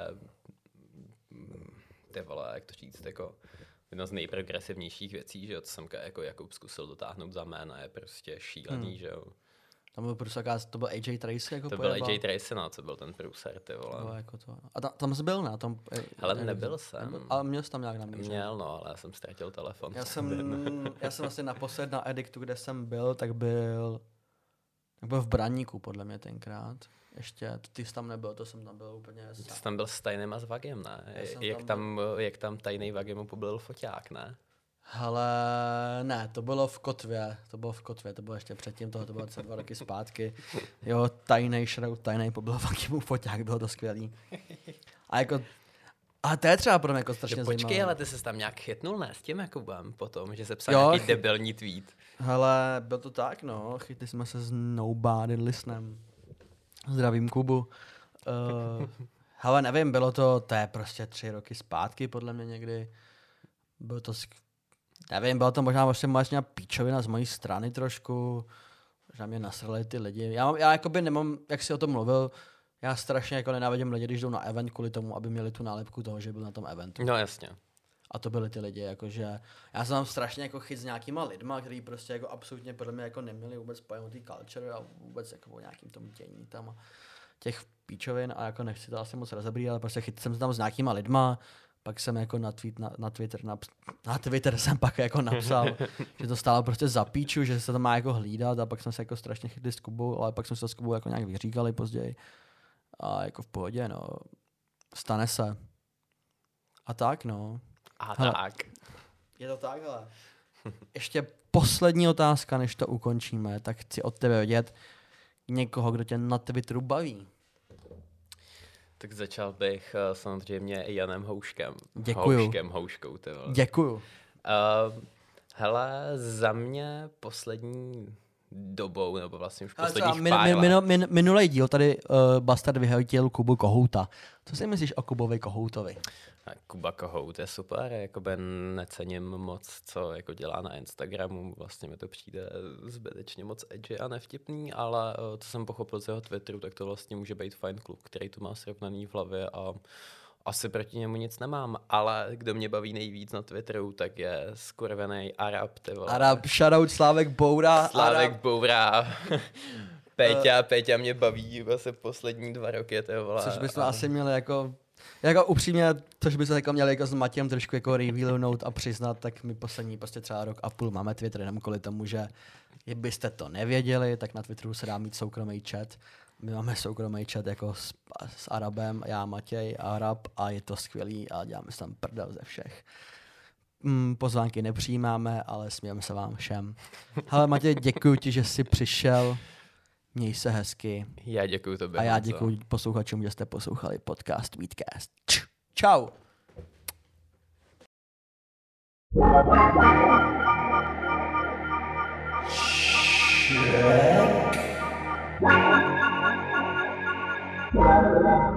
Speaker 4: ty vole, jak to říct, jako jedna z nejprogresivnějších věcí, že jo, co jsem jako Jakub zkusil dotáhnout za jména, je prostě šílený, hmm. že jo.
Speaker 2: Tam byl prostě jaká, to byl A J Tracy jako
Speaker 4: To
Speaker 2: pojeba.
Speaker 4: byl A J Tracy, no, co byl ten průser, ty vole.
Speaker 2: No, jako to. A tam, tam jsi byl, ne? Tam,
Speaker 4: Hele, nebyl jsem.
Speaker 2: Nebyl, ale měl jsi tam nějak namířený.
Speaker 4: Měl, no, ale já jsem ztratil telefon.
Speaker 2: Já jsem, já jsem vlastně naposled na Ediktu, kde jsem byl, tak byl, tak byl v Braníku, podle mě tenkrát. Ještě, ty jsi tam nebyl, to jsem tam byl úplně
Speaker 4: Ty jsi tam byl s Tajným a s Vagem, ne? Jak tam, tam, jak tam Tajný Vagemu poblil foťák, ne?
Speaker 2: Hele, ne, to bylo v Kotvě, to bylo v Kotvě, to bylo ještě předtím, tohle to bylo třeba dva roky zpátky. Jo, tajnej šrout, tajnej pobyl, fakt mu foťák, bylo to skvělý. A jako, A to je třeba pro mě jako strašně
Speaker 4: jo, počkej,
Speaker 2: zajímavé.
Speaker 4: ale ty se tam nějak chytnul, ne, s tím Jakubem potom, že se psal
Speaker 2: Jo,
Speaker 4: nějaký
Speaker 2: chy-
Speaker 4: debilní tweet.
Speaker 2: Hele, bylo to tak, no. Chytli jsme se s Nobody Listenem. Zdravím Kubu. Uh, hele, nevím, bylo to, to je prostě tři roky zpátky, podle mě někdy. Bylo to, sk- nevím, bylo to možná vlastně možná píčovina z mojí strany trošku. Možná mě nasrali ty lidi. Já, mám, já jakoby nemám, jak jsi o tom mluvil, já strašně jako nenávidím lidi, když jdou na event kvůli tomu, aby měli tu nálepku toho, že byl na tom eventu.
Speaker 4: No jasně.
Speaker 2: A to byli ty lidi, jakože já jsem tam strašně jako chyt s nějakýma lidma, kteří prostě jako absolutně podle mě jako neměli vůbec pojem o té culture a vůbec jako o nějakým tom dění tam a těch píčovin a jako nechci to asi moc rozebrat, ale prostě chyt jsem se tam s nějakýma lidma, pak jsem jako na, tweet, na, na Twitter naps- na Twitter jsem pak jako napsal, že to stálo prostě za píču, že se to má jako hlídat a pak jsme se jako strašně chytli s Kubou, ale pak jsme se s Kubou jako nějak vyříkali později a jako v pohodě, no, stane se. A tak, no.
Speaker 4: A
Speaker 2: Hele.
Speaker 4: tak.
Speaker 2: Je to tak, ale ještě poslední otázka, než to ukončíme, tak chci od tebe vědět někoho, kdo tě na Twitteru baví.
Speaker 4: Tak začal bych uh, samozřejmě Janem Houškem.
Speaker 2: Děkuju.
Speaker 4: Houškem, Houškou, ty vole.
Speaker 2: Děkuju.
Speaker 4: Uh, hele, za mě poslední dobou, nebo vlastně už
Speaker 2: Ale třeba
Speaker 4: posledních
Speaker 2: min,
Speaker 4: pár
Speaker 2: min,
Speaker 4: let.
Speaker 2: min, min, minulej díl tady uh, Bastard vyhodil Kubu Kohouta. Co si myslíš o Kubovi Kohoutovi?
Speaker 4: A Kuba Kohout je super, jakoby necením moc, co jako dělá na Instagramu, vlastně mi to přijde zbytečně moc edgy a nevtipný, ale uh, co jsem pochopil z jeho Twitteru, tak to vlastně může být fajn kluk, který to má srovnaný v hlavě a asi proti němu nic nemám, ale kdo mě baví nejvíc na Twitteru, tak je skurvený Arab, ty vole.
Speaker 2: Arab, shoutout Slávek Boura.
Speaker 4: Slávek
Speaker 2: Arab.
Speaker 4: Boura. Péťa, Péťa mě baví vlastně poslední dva roky, ty vole.
Speaker 2: Což bychom
Speaker 4: a-
Speaker 2: asi měli jako, jako upřímně, což bychom jako měli jako s Matějem trošku jako revealnout a přiznat, tak my poslední prostě třeba rok a půl máme Twitter jenom kvůli tomu, že byste to nevěděli, tak na Twitteru se dá mít soukromý chat. My máme soukromý chat jako s, s Arabem, já, Matěj, Arab a je to skvělý a děláme se tam prdel ze všech. Mm, pozvánky nepřijímáme, ale smějeme se vám všem. Hele Matěj, děkuji ti, že jsi přišel. Měj se hezky.
Speaker 4: Já děkuju tobě.
Speaker 2: A já
Speaker 4: Honzo.
Speaker 2: děkuji posluchačům, že jste poslouchali podcast Weedcast. Č- Čau. Check.